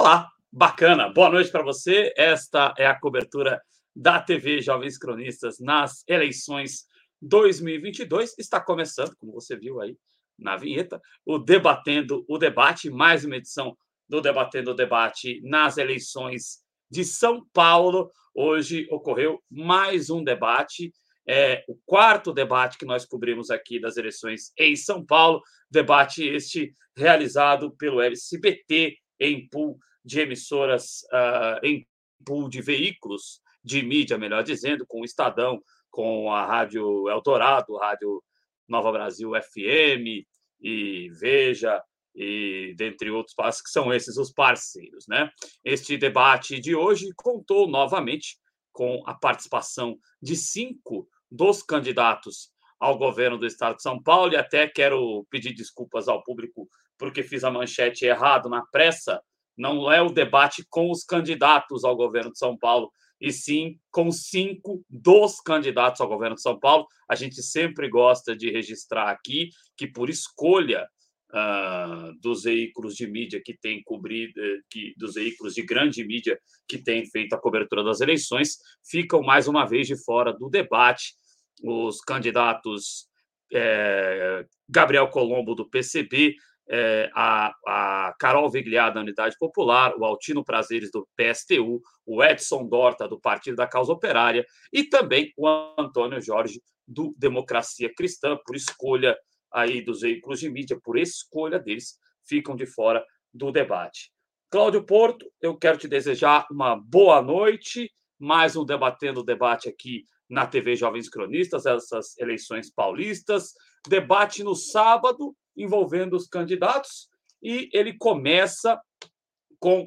Olá, bacana. Boa noite para você. Esta é a cobertura da TV Jovens Cronistas nas eleições 2022. Está começando, como você viu aí na vinheta, o Debatendo o Debate, mais uma edição do Debatendo o Debate nas eleições de São Paulo. Hoje ocorreu mais um debate, o quarto debate que nós cobrimos aqui das eleições em São Paulo, debate este realizado pelo SBT em pool de emissoras, em pool de veículos de mídia, melhor dizendo, com o Estadão, com a Rádio Eldorado, Rádio Nova Brasil FM e Veja, e dentre outros, que são esses os parceiros, né? Este debate de hoje contou novamente com a participação de 5 dos candidatos ao governo do estado de São Paulo, e até quero pedir desculpas ao público porque fiz a manchete errado na pressa. Não é o debate com os candidatos ao governo de São Paulo, e sim com 5 dos candidatos ao governo de São Paulo. A gente sempre gosta de registrar aqui que, por escolha dos veículos de mídia que têm cobrido, dos veículos de grande mídia que têm feito a cobertura das eleições, ficam mais uma vez de fora do debate. Os candidatos Gabriel Colombo, do PCB, a Carol Vigliar, da Unidade Popular, o Altino Prazeres, do PSTU, o Edson Dorta, do Partido da Causa Operária, e também o Antônio Jorge, do Democracia Cristã, por escolha aí dos veículos de mídia, por escolha deles, ficam de fora do debate. Cláudio Porto, eu quero te desejar uma boa noite, mais um Debatendo o Debate aqui na TV Jovens Cronistas, essas eleições paulistas, debate no sábado, envolvendo os candidatos, e ele começa com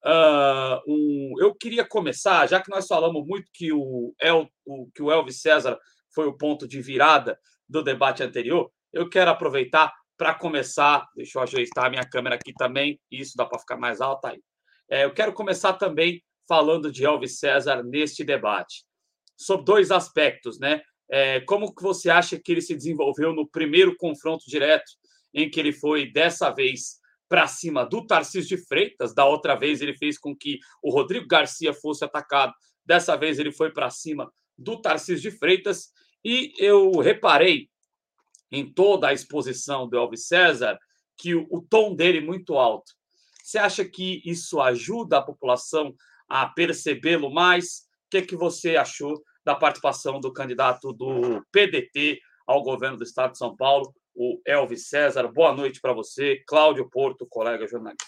eu queria começar, já que nós falamos muito que o Elvis César foi o ponto de virada do debate anterior, eu quero aproveitar para começar, deixa eu ajeitar a minha câmera aqui também, isso dá para ficar mais alta aí. Eu quero começar também falando de Elvis César neste debate, sobre 2 aspectos, né? Como que você acha que ele se desenvolveu no primeiro confronto direto, em que ele foi, dessa vez, para cima do Tarcísio de Freitas? Da outra vez, ele fez com que o Rodrigo Garcia fosse atacado. Dessa vez, ele foi para cima do Tarcísio de Freitas. E eu reparei, em toda a exposição do Elvis César, que o tom dele é muito alto. Você acha que isso ajuda a população a percebê-lo mais? O que você achou da participação do candidato do PDT ao governo do estado de São Paulo, o Elvis César? Boa noite para você, Cláudio Porto, colega jornalista.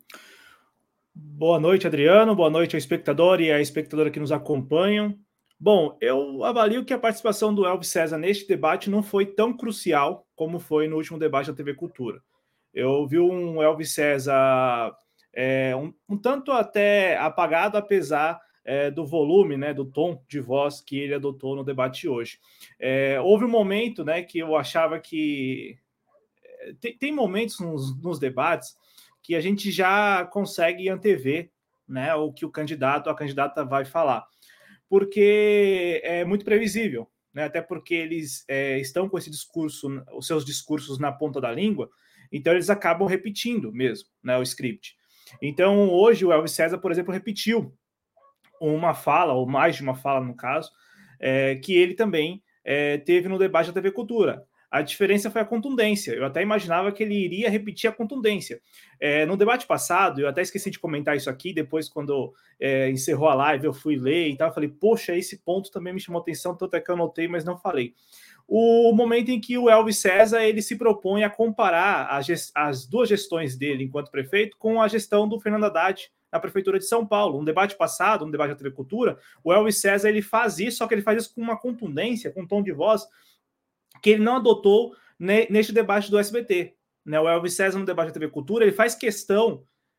Boa noite, Adriano. Boa noite ao espectador e à espectadora que nos acompanham. Bom, eu avalio que a participação do Elvis César neste debate não foi tão crucial como foi no último debate da TV Cultura. Eu vi um Elvis César um tanto até apagado, apesar do volume, né, do tom de voz que ele adotou no debate hoje. Houve um momento, né, que eu achava que... Tem momentos nos debates que a gente já consegue antever, né, o que o candidato ou a candidata vai falar, porque é muito previsível, né? Até porque eles estão com esse discurso, os seus discursos na ponta da língua, então eles acabam repetindo mesmo, né, o script. Então, hoje, o Elvis César, por exemplo, repetiu uma fala, ou mais de uma fala, no caso, que ele também teve no debate da TV Cultura. A diferença foi a contundência. Eu até imaginava que ele iria repetir a contundência. No debate passado, eu até esqueci de comentar isso aqui, depois, quando encerrou a live, eu fui ler e tal, eu falei, poxa, esse ponto também me chamou atenção, tanto é que eu anotei, mas não falei. O momento em que o Elvis César ele se propõe a comparar as 2 gestões dele enquanto prefeito com a gestão do Fernando Haddad na Prefeitura de São Paulo. Um debate passado, um debate da TV Cultura, o Elvis César ele faz isso, só que ele faz isso com uma contundência, com um tom de voz que ele não adotou neste debate do SBT. Né? O Elvis César, no debate da TV Cultura, ele faz questão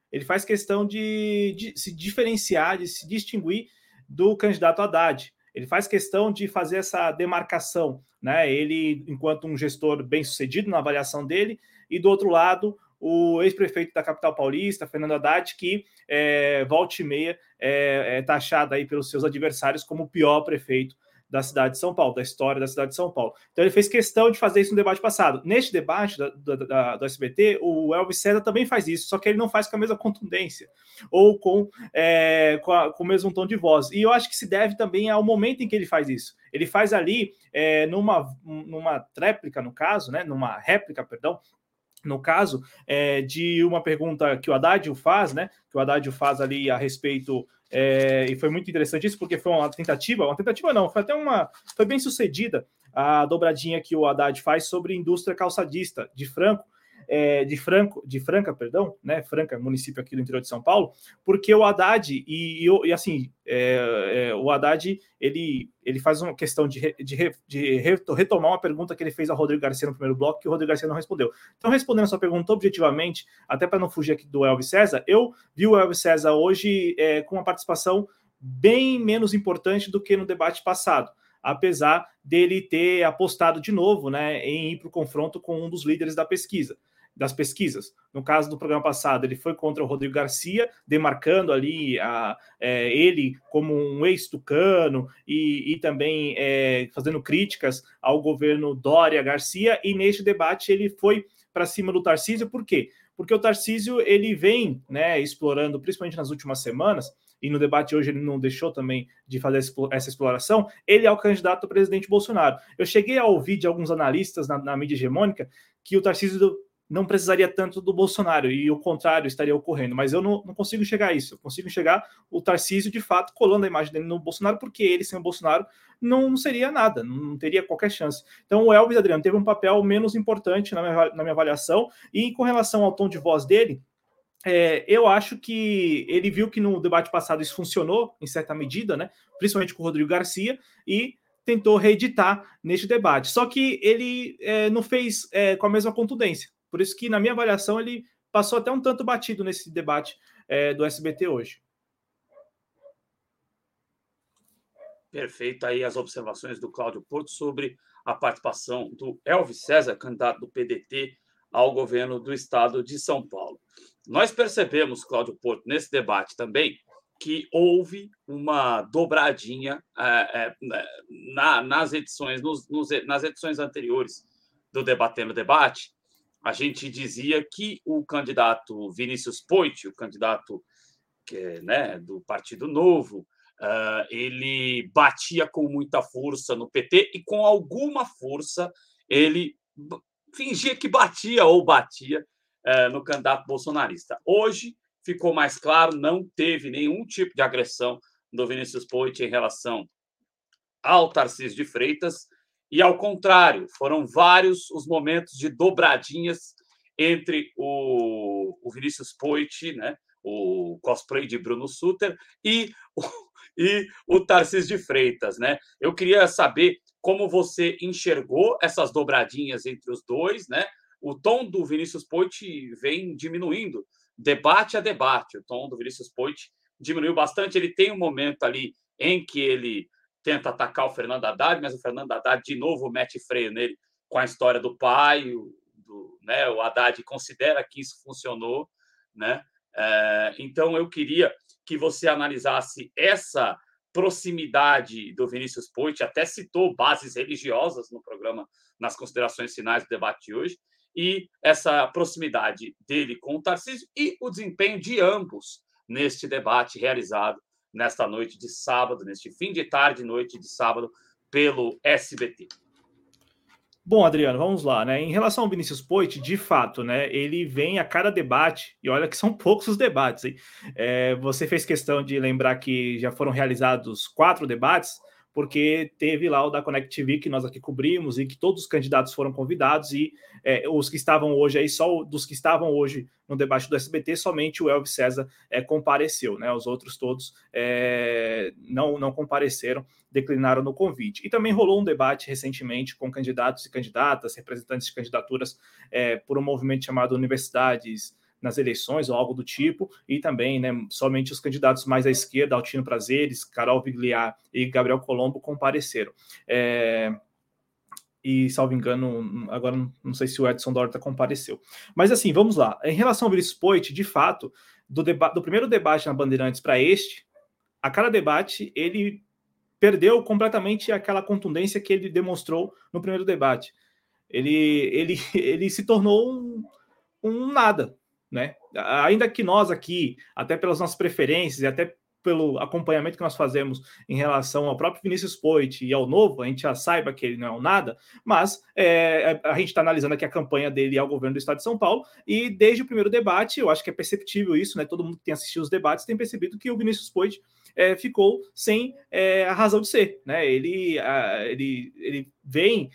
de se diferenciar, de se distinguir do candidato Haddad. Ele faz questão de fazer essa demarcação, né? Ele, enquanto um gestor bem-sucedido na avaliação dele, e do outro lado, o ex-prefeito da capital paulista, Fernando Haddad, que volta e meia é taxado aí pelos seus adversários como o pior prefeito da cidade de São Paulo, da história da cidade de São Paulo. Então ele fez questão de fazer isso no debate passado. Neste debate do SBT, o Elvis César também faz isso, só que ele não faz com a mesma contundência ou com o mesmo tom de voz. E eu acho que se deve também ao momento em que ele faz isso. Ele faz ali numa réplica, no caso, né, numa réplica, perdão, no caso, de uma pergunta que o Haddad faz, né? Que o Haddad faz ali a respeito, e foi muito interessante isso, porque foi uma tentativa não, foi bem sucedida a dobradinha que o Haddad faz sobre indústria calçadista de Franca, perdão, né? Franca, município aqui do interior de São Paulo, porque o Haddad o Haddad ele faz uma questão de retomar uma pergunta que ele fez ao Rodrigo Garcia no primeiro bloco, que o Rodrigo Garcia não respondeu. Então, respondendo a sua pergunta objetivamente, até para não fugir aqui do Elvis César, eu vi o Elvis César hoje com uma participação bem menos importante do que no debate passado, apesar dele ter apostado de novo, né, em ir para o confronto com um dos líderes das pesquisas. No caso do programa passado, ele foi contra o Rodrigo Garcia, demarcando ali ele como um ex-tucano e também fazendo críticas ao governo Dória Garcia, e neste debate ele foi para cima do Tarcísio. Por quê? Porque o Tarcísio ele vem, né, explorando, principalmente nas últimas semanas, e no debate hoje ele não deixou também de fazer essa exploração, ele é o candidato ao presidente Bolsonaro. Eu cheguei a ouvir de alguns analistas na mídia hegemônica que o Tarcísio não precisaria tanto do Bolsonaro, e o contrário estaria ocorrendo, mas eu não consigo chegar a isso. Eu consigo chegar o Tarcísio, de fato, colando a imagem dele no Bolsonaro, porque ele, sem o Bolsonaro, não seria nada, não teria qualquer chance. Então o Elvis, Adriano, teve um papel menos importante na minha avaliação, e com relação ao tom de voz dele, eu acho que ele viu que no debate passado isso funcionou, em certa medida, né? Principalmente com o Rodrigo Garcia, e tentou reeditar neste debate. Só que ele não fez com a mesma contundência. Por isso que, na minha avaliação, ele passou até um tanto batido nesse debate do SBT hoje. Perfeito aí as observações do Cláudio Porto sobre a participação do Elvis César, candidato do PDT ao governo do estado de São Paulo. Nós percebemos, Cláudio Porto, nesse debate também, que houve uma dobradinha nas edições, nas edições anteriores do Debatendo Debate. A gente dizia que o candidato Vinícius Poit, o candidato do Partido Novo, ele batia com muita força no PT, e com alguma força ele fingia que batia no candidato bolsonarista. Hoje ficou mais claro, não teve nenhum tipo de agressão do Vinícius Poit em relação ao Tarcísio de Freitas, e, ao contrário, foram vários os momentos de dobradinhas entre o Vinícius Poit, né, o cosplay de Bruno Sutter, e o Tarcísio de Freitas, né? Eu queria saber como você enxergou essas dobradinhas entre os dois, né? O tom do Vinícius Poit vem diminuindo, debate a debate. O tom do Vinícius Poit diminuiu bastante. Ele tem um momento ali em que ele tenta atacar o Fernando Haddad, mas o Fernando Haddad de novo mete freio nele com a história do pai. O Haddad considera que isso funcionou, né? Então eu queria que você analisasse essa proximidade do Vinícius Poit, até citou bases religiosas no programa, nas considerações finais do debate de hoje, e essa proximidade dele com o Tarcísio e o desempenho de ambos neste debate realizado nesta noite de sábado, neste fim de tarde e noite de sábado, pelo SBT. Bom, Adriano, vamos lá, né? Em relação ao Vinícius Poit, de fato, né? Ele vem a cada debate, e olha que são poucos os debates, hein? Você fez questão de lembrar que já foram realizados 4 debates, porque teve lá o da Connect TV que nós aqui cobrimos, e que todos os candidatos foram convidados, e os que estavam hoje aí, só dos que estavam hoje no debate do SBT, somente o Elvis César compareceu, né? Os outros todos não compareceram, declinaram no convite. E também rolou um debate recentemente com candidatos e candidatas, representantes de candidaturas por um movimento chamado Universidades nas Eleições, ou algo do tipo, e também, né, somente os candidatos mais à esquerda, Altino Prazeres, Carol Vigliar e Gabriel Colombo, compareceram. E, salvo engano, agora não sei se o Edson Dorta compareceu. Mas, assim, vamos lá. Em relação ao Vinícius Poit, de fato, do primeiro debate na Bandeirantes para este, a cada debate ele perdeu completamente aquela contundência que ele demonstrou no primeiro debate. Ele se tornou um nada, né? Ainda que nós aqui, até pelas nossas preferências e até pelo acompanhamento que nós fazemos em relação ao próprio Vinícius Poit e ao Novo, a gente já saiba que ele não é um nada, mas a gente está analisando aqui a campanha dele ao governo do Estado de São Paulo, e desde o primeiro debate, eu acho que é perceptível isso, né? Todo mundo que tem assistido os debates tem percebido que o Vinícius Poit ficou sem a razão de ser, né? Ele vem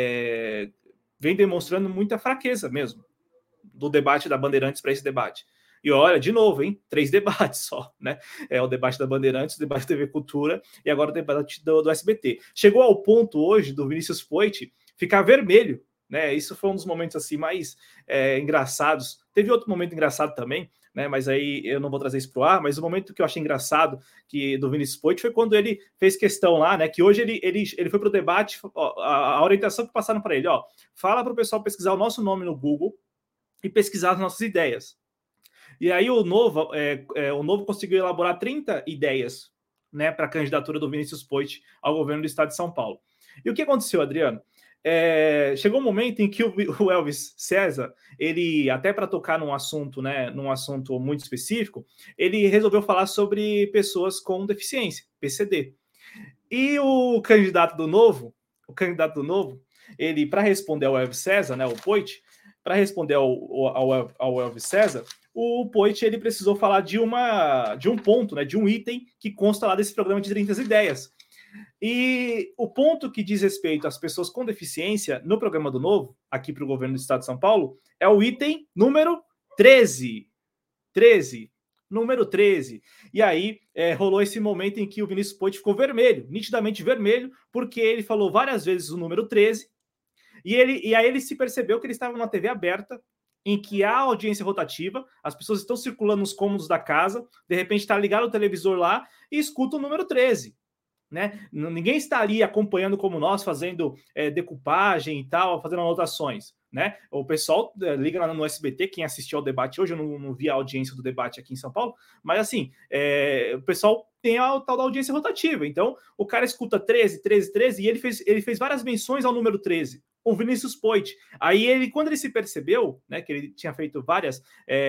demonstrando muita fraqueza mesmo do debate da Bandeirantes para esse debate. E olha, de novo, hein? 3 debates só, né? É o debate da Bandeirantes, o debate da TV Cultura e agora o debate do SBT. Chegou ao ponto hoje do Vinícius Poit ficar vermelho, né? Isso foi um dos momentos assim mais engraçados. Teve outro momento engraçado também, né? Mas aí eu não vou trazer isso para o ar. Mas o momento que eu achei engraçado do Vinícius Poit foi quando ele fez questão lá, né? Que hoje ele foi para o debate, ó, a orientação que passaram para ele, ó, fala para o pessoal pesquisar o nosso nome no Google e pesquisar as nossas ideias. E aí o Novo conseguiu elaborar 30 ideias, né, para a candidatura do Vinícius Poit ao governo do Estado de São Paulo. E o que aconteceu, Adriano? Chegou um momento em que o Elvis César, ele, até para tocar num assunto, né, num assunto muito específico, ele resolveu falar sobre pessoas com deficiência, PCD. E o candidato do Novo, ele, para responder ao Elvis César, né, o Poit, para responder ao Elvis César, o Poit ele precisou falar de um ponto, né, de um item que consta lá desse programa de 30 ideias. E o ponto que diz respeito às pessoas com deficiência no programa do Novo, aqui para o governo do Estado de São Paulo, é o item número 13. Número 13. E aí rolou esse momento em que o Vinícius Poit ficou vermelho, nitidamente vermelho, porque ele falou várias vezes o número 13, e aí ele se percebeu que ele estava numa TV aberta, em que há audiência rotativa, as pessoas estão circulando nos cômodos da casa, de repente está ligado o televisor lá e escuta o número 13. Né? Ninguém está ali acompanhando como nós, fazendo decupagem e tal, fazendo anotações. Né? O pessoal liga lá no SBT, quem assistiu ao debate hoje, eu não vi a audiência do debate aqui em São Paulo, mas assim, o pessoal tem a tal da audiência rotativa. Então, o cara escuta 13, e ele fez várias menções ao número 13. O Vinícius Poit. Aí quando ele se percebeu, né, que ele tinha feito várias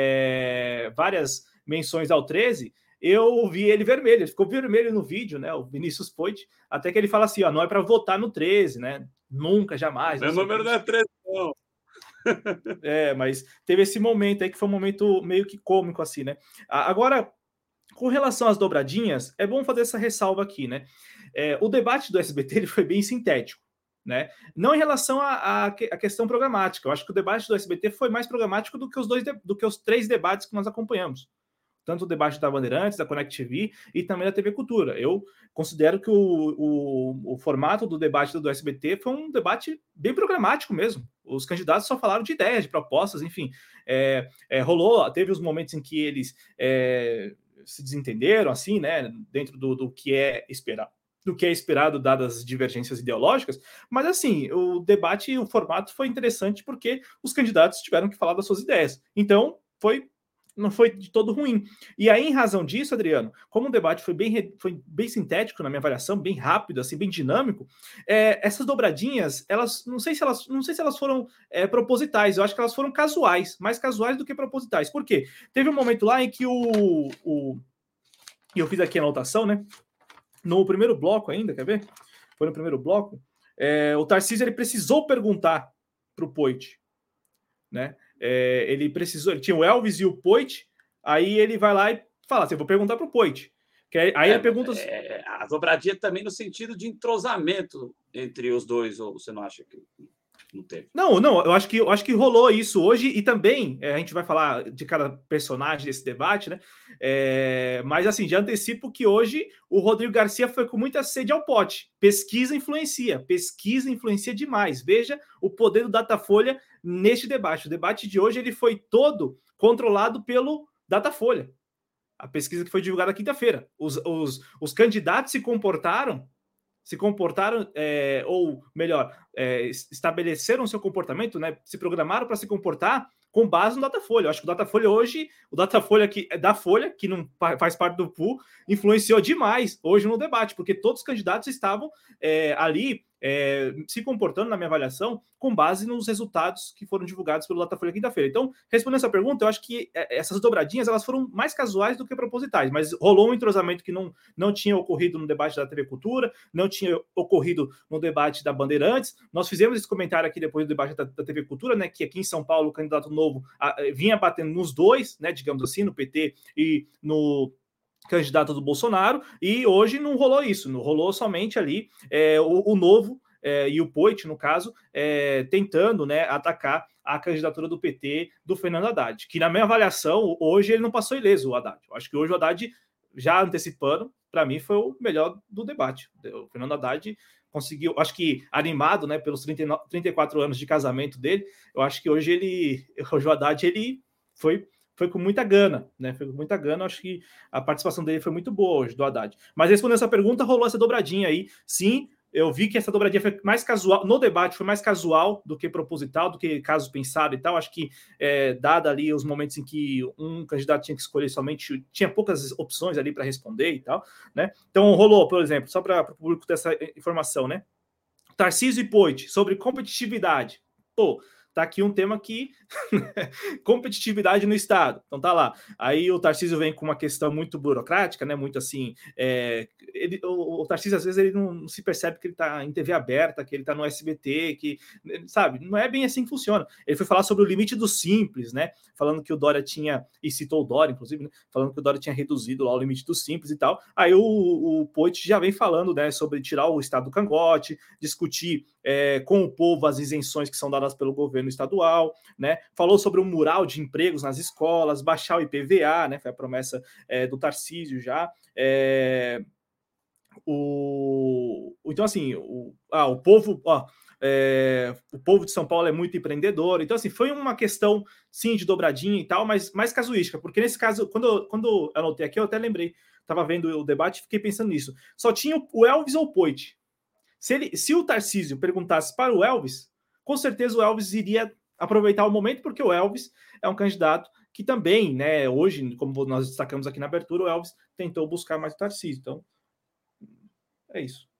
menções ao 13, eu vi ele vermelho, ele ficou vermelho no vídeo, né, o Vinícius Poit, até que ele fala assim, ó, não é para votar no 13, né, nunca, jamais. Meu número não é 13, não. Mas teve esse momento aí que foi um momento meio que cômico, assim, né. Agora, com relação às dobradinhas, é bom fazer essa ressalva aqui, né, o debate do SBT ele foi bem sintético, né? Não em relação à questão programática. Eu acho que o debate do SBT foi mais programático do que os 3 debates que nós acompanhamos. Tanto o debate da Bandeirantes, da Connect TV e também da TV Cultura. Eu considero que o formato do debate do SBT foi um debate bem programático mesmo. Os candidatos só falaram de ideias, de propostas, enfim. Teve os momentos em que eles se desentenderam, assim, né, dentro do que é esperado, dadas as divergências ideológicas, mas assim, o debate, o formato foi interessante porque os candidatos tiveram que falar das suas ideias. Então, não foi de todo ruim. E aí, em razão disso, Adriano, como o debate foi bem sintético na minha avaliação, bem rápido, assim, bem dinâmico, essas dobradinhas, não sei se elas foram propositais, eu acho que elas foram casuais, mais casuais do que propositais. Por quê? Teve um momento lá em que eu fiz aqui a anotação, né? No primeiro bloco ainda, quer ver? Foi no primeiro bloco. O Tarcísio ele precisou perguntar para o Poit, né? Ele tinha o Elvis e o Poit, aí ele vai lá e fala assim, eu vou perguntar para o Poit. Aí ele pergunta... a dobradinha também no sentido de entrosamento entre os dois, ou você não acha que não teve? Não, eu acho que rolou isso hoje, e também a gente vai falar de cada personagem desse debate, né? Mas assim, já antecipo que hoje o Rodrigo Garcia foi com muita sede ao pote. Pesquisa influencia demais. Veja o poder do Datafolha neste debate. O debate de hoje ele foi todo controlado pelo Datafolha. A pesquisa que foi divulgada quinta-feira. Os candidatos se comportaram, ou melhor, estabeleceram seu comportamento, né, se programaram para se comportar com base no Datafolha. Eu acho que o Datafolha hoje, o Datafolha da Folha, que não faz parte do pool, influenciou demais hoje no debate, porque todos os candidatos estavam ali se comportando, na minha avaliação, com base nos resultados que foram divulgados pelo Datafolha quinta-feira. Então, respondendo essa pergunta, eu acho que essas dobradinhas elas foram mais casuais do que propositais, mas rolou um entrosamento que não tinha ocorrido no debate da TV Cultura, não tinha ocorrido no debate da Bandeirantes. Nós fizemos esse comentário aqui depois do debate da TV Cultura, né, que aqui em São Paulo o candidato novo vinha batendo nos dois, né, digamos assim, no PT e no candidato do Bolsonaro, e hoje não rolou isso, não rolou somente ali o Novo e o Poit, no caso, tentando, né, atacar a candidatura do PT do Fernando Haddad, que na minha avaliação, hoje ele não passou ileso, o Haddad. Eu acho que hoje o Haddad, já antecipando, para mim foi o melhor do debate. O Fernando Haddad conseguiu, acho que animado, né, pelos 34 anos de casamento dele, eu acho que hoje o Haddad ele foi com muita gana, né? Foi com muita gana, acho que a participação dele foi muito boa hoje, do Haddad. Mas respondendo essa pergunta, rolou essa dobradinha aí. Sim, eu vi que essa dobradinha foi mais casual, no debate foi mais casual do que proposital, do que caso pensado e tal. Acho que, dada ali os momentos em que um candidato tinha que escolher somente, tinha poucas opções ali para responder e tal, né? Então rolou, por exemplo, só para o público ter essa informação, né? Tarcísio e Poit, sobre competitividade. Pô, tá aqui um tema que competitividade no Estado. Então tá lá. Aí o Tarcísio vem com uma questão muito burocrática, né? Muito assim. O Tarcísio, às vezes, ele não se percebe que ele tá em TV aberta, que ele tá no SBT, que, sabe, não é bem assim que funciona. Ele foi falar sobre o limite do simples, né? Falando que o Dória tinha, e citou o Dória, inclusive, né? Falando que o Dória tinha reduzido lá o limite do simples e tal. Aí o Poit já vem falando, né, sobre tirar o Estado do cangote, discutir com o povo as isenções que são dadas pelo governo estadual, né? Falou sobre o mural de empregos nas escolas, baixar o IPVA, né? Foi a promessa do Tarcísio já. Então, assim, o povo... o povo de São Paulo é muito empreendedor. Então, assim, foi uma questão, sim, de dobradinha e tal, mas mais casuística, porque nesse caso, quando eu anotei aqui, eu até lembrei, estava vendo o debate e fiquei pensando nisso. Só tinha o Elvis ou o Poit. Se o Tarcísio perguntasse para o Elvis, com certeza o Elvis iria aproveitar o momento, porque o Elvis é um candidato que também, né, hoje, como nós destacamos aqui na abertura, o Elvis tentou buscar mais o Tarcísio. Então, é isso.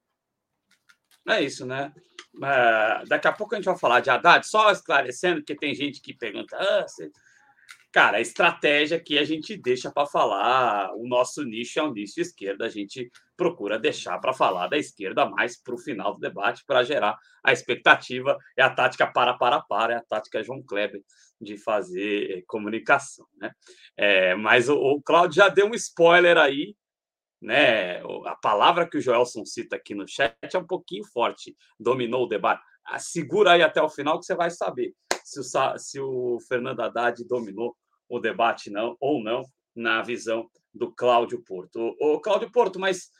É isso, né? Daqui a pouco a gente vai falar de Haddad, só esclarecendo, porque tem gente que pergunta... Cara, a estratégia que a gente deixa para falar, o nosso nicho é um nicho de esquerda, a gente procura deixar para falar da esquerda mais para o final do debate, para gerar a expectativa. É a tática para, é a tática João Kleber de fazer comunicação, né? Mas o Cláudio já deu um spoiler aí, né? A palavra que o Joelson cita aqui no chat é um pouquinho forte, dominou o debate. Segura aí até o final que você vai saber se o Fernando Haddad dominou o debate ou não, na visão do Cláudio Porto. O Cláudio Porto, mas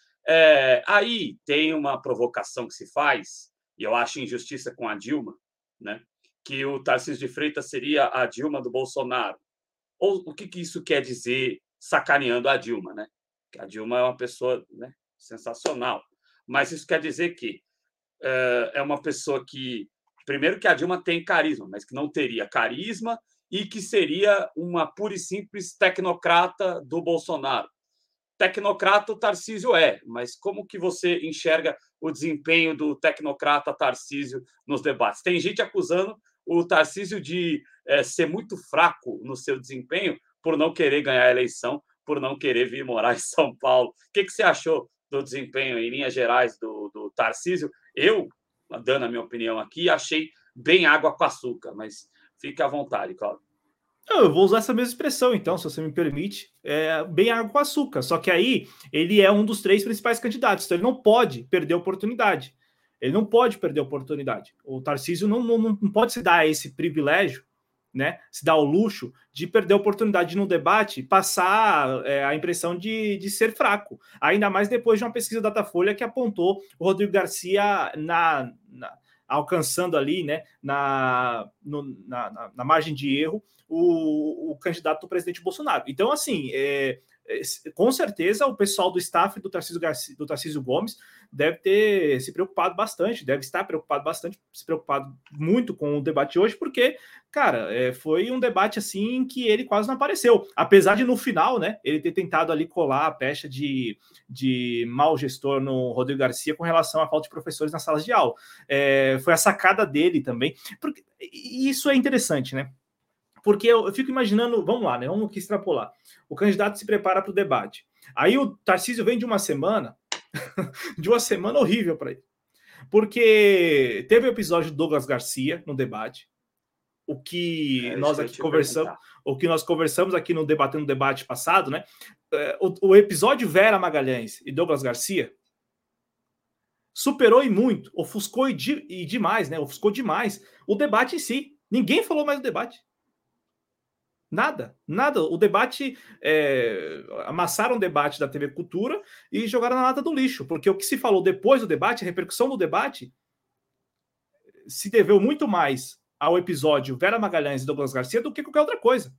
aí tem uma provocação que se faz, e eu acho injustiça com a Dilma, né? Que o Tarcísio de Freitas seria a Dilma do Bolsonaro. Ou o que isso quer dizer sacaneando a Dilma, né? Que a Dilma é uma pessoa, né, sensacional. Mas isso quer dizer que é uma pessoa que, primeiro, que a Dilma tem carisma, mas que não teria carisma e que seria uma pura e simples tecnocrata do Bolsonaro. Tecnocrata o Tarcísio mas como que você enxerga o desempenho do tecnocrata Tarcísio nos debates? Tem gente acusando o Tarcísio de ser muito fraco no seu desempenho por não querer ganhar a eleição, por não querer vir morar em São Paulo. O que você achou do desempenho, em linhas gerais, do Tarcísio? Eu, dando a minha opinião aqui, achei bem água com açúcar, mas fique à vontade, Cláudio. Eu vou usar essa mesma expressão, então, se você me permite, bem água com açúcar. Só que aí ele é um dos 3 principais candidatos, então ele não pode perder a oportunidade. Ele não pode perder a oportunidade. O Tarcísio não pode se dar esse privilégio, né? Se dar o luxo de perder a oportunidade de, no debate, passar a impressão de ser fraco. Ainda mais depois de uma pesquisa Datafolha que apontou o Rodrigo Garcia alcançando ali, né, na margem de erro, o candidato do presidente Bolsonaro. Então, assim, com certeza o pessoal do staff do Tarcísio Gomes deve ter se preocupado bastante, deve estar preocupado bastante, se preocupado muito com o debate hoje, porque, cara, foi um debate assim que ele quase não apareceu, apesar de no final, né, ele ter tentado ali colar a pecha de mau gestor no Rodrigo Garcia com relação à falta de professores nas salas de aula. Foi a sacada dele também, porque isso é interessante, né? Porque eu fico imaginando, vamos lá, né? Vamos aqui extrapolar. O candidato se prepara para o debate. Aí o Tarcísio vem de uma semana, de uma semana horrível para ele. Porque teve o episódio do Douglas Garcia no debate, o que nós aqui conversamos, o que nós conversamos aqui no debate passado, né? O episódio Vera Magalhães e Douglas Garcia superou e muito, ofuscou e demais, né? Ofuscou demais o debate em si. Ninguém falou mais do debate. Nada. O debate, amassaram o debate da TV Cultura e jogaram na lata do lixo, porque o que se falou depois do debate, a repercussão do debate, se deveu muito mais ao episódio Vera Magalhães e Douglas Garcia do que qualquer outra coisa.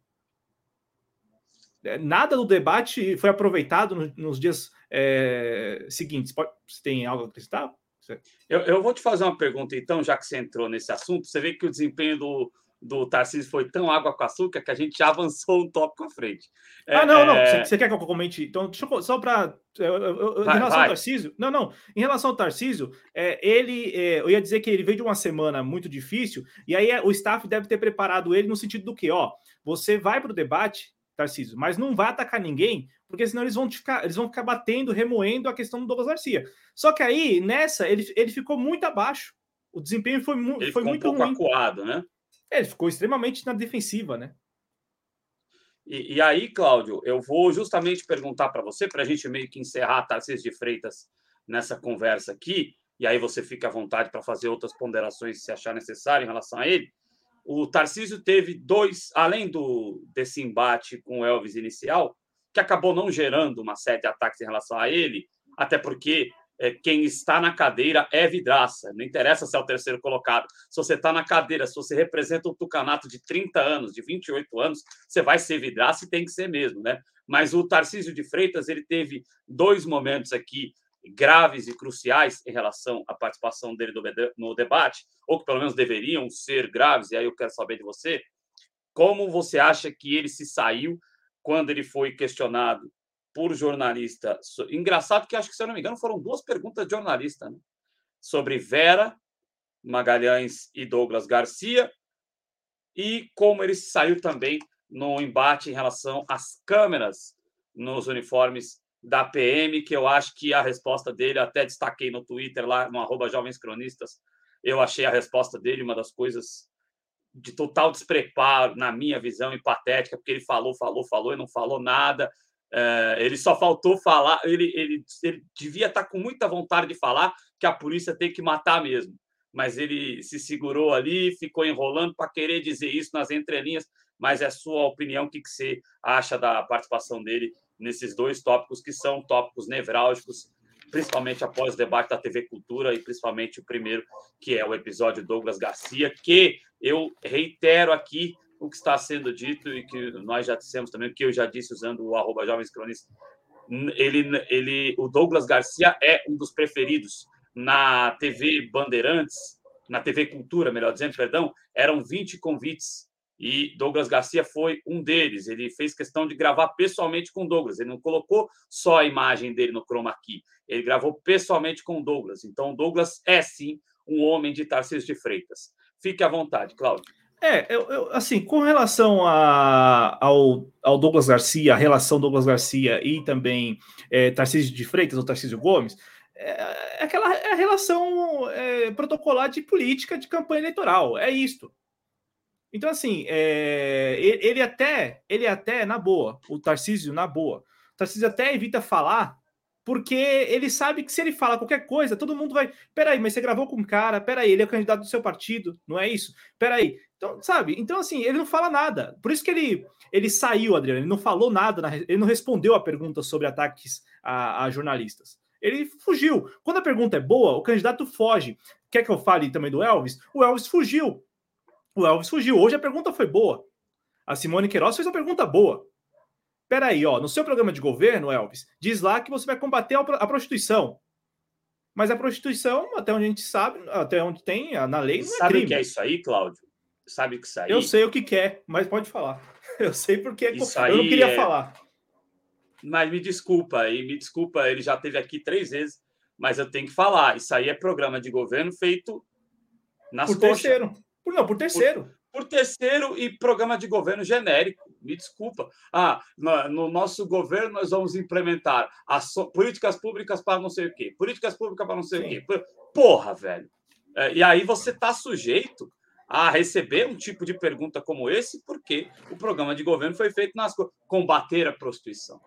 Nada do debate foi aproveitado nos dias seguintes. Você tem algo a acrescentar? Eu vou te fazer uma pergunta, então, já que você entrou nesse assunto. Você vê que o desempenho do Tarcísio foi tão água com açúcar que a gente já avançou um tópico à frente. Não. Você quer que eu comente? Então, deixa eu só para... Em relação ao Tarcísio... Não. Em relação ao Tarcísio, eu ia dizer que ele veio de uma semana muito difícil, e aí o staff deve ter preparado ele no sentido do que, você vai para o debate, Tarcísio, mas não vai atacar ninguém, porque senão eles vão ficar batendo, remoendo a questão do Douglas Garcia. Só que aí, nessa, ele ficou muito abaixo. O desempenho foi muito ruim. Ele ficou um pouco acuado, né? Ele ficou extremamente na defensiva, né? E aí, Cláudio, eu vou justamente perguntar para você, para a gente meio que encerrar Tarcísio de Freitas nessa conversa aqui, e aí você fica à vontade para fazer outras ponderações se achar necessário em relação a ele. O Tarcísio teve além desse embate com o Elvis inicial, que acabou não gerando uma série de ataques em relação a ele, até porque quem está na cadeira é vidraça, não interessa se é o terceiro colocado. Se você está na cadeira, se você representa um tucanato de 30 anos, de 28 anos, você vai ser vidraça e tem que ser mesmo, né? Mas o Tarcísio de Freitas, ele teve 2 momentos aqui graves e cruciais em relação à participação dele no debate, ou que pelo menos deveriam ser graves, e aí eu quero saber de você, como você acha que ele se saiu quando ele foi questionado por jornalista? Engraçado que acho que, se eu não me engano, foram 2 perguntas de jornalista, né? Sobre Vera Magalhães e Douglas Garcia, e como ele se saiu também no embate em relação às câmeras nos uniformes da PM, que eu acho que a resposta dele, até destaquei no Twitter, lá no @jovenscronistas, eu achei a resposta dele uma das coisas de total despreparo, na minha visão, e patética, porque ele falou e não falou nada. Ele só faltou falar, ele devia estar com muita vontade de falar que a polícia tem que matar mesmo, mas ele se segurou ali, ficou enrolando para querer dizer isso nas entrelinhas. Mas é sua opinião, o que você acha da participação dele nesses 2 tópicos, que são tópicos nevrálgicos, principalmente após o debate da TV Cultura, e principalmente o primeiro, que é o episódio Douglas Garcia, que eu reitero aqui o que está sendo dito e que nós já dissemos também, que eu já disse usando o @jovenscronistas. O Douglas Garcia é um dos preferidos na TV Bandeirantes, na TV Cultura, melhor dizendo, perdão, eram 20 convites e Douglas Garcia foi um deles. Ele fez questão de gravar pessoalmente com o Douglas. Ele não colocou só a imagem dele no chroma key. Ele gravou pessoalmente com o Douglas. Então, o Douglas é, sim, um homem de Tarcísio de Freitas. Fique à vontade, Cláudio. Assim, com relação ao Douglas Garcia, a relação Douglas Garcia e também Tarcísio de Freitas ou Tarcísio Gomes, é a relação protocolar de política de campanha eleitoral. É isto. Então, assim, ele até, na boa, o Tarcísio, na boa, o Tarcísio até evita falar, porque ele sabe que se ele falar qualquer coisa, todo mundo vai... Peraí, mas você gravou com um cara? Peraí, ele é o candidato do seu partido, não é isso? Peraí. Então, sabe? Então, assim, ele não fala nada. Por isso que ele saiu, Adriano, ele não falou nada, ele não respondeu a pergunta sobre ataques a jornalistas. Ele fugiu. Quando a pergunta é boa, o candidato foge. Quer que eu fale também do Elvis? O Elvis fugiu. Hoje a pergunta foi boa. A Simone Queiroz fez uma pergunta boa. peraí, ó, no seu programa de governo, Elvis, diz lá que você vai combater a prostituição. Mas a prostituição, até onde a gente sabe, até onde tem na lei, não é Sabe crime. o que é isso aí, Cláudio? Sabe o que é isso aí? Eu sei o que é, mas pode falar. Eu sei porque isso eu não queria falar. Mas me desculpa, ele já esteve aqui 3 vezes, mas eu tenho que falar. Isso aí é programa de governo feito nas por coxas. Terceiro. Por terceiro. Por terceiro e programa de governo genérico. Me desculpa. No nosso governo nós vamos implementar políticas públicas para não sei o quê. Políticas públicas para não sei o quê. Porra, velho. E aí você está sujeito a receber um tipo de pergunta como esse, porque o programa de governo foi feito nas combater a prostituição.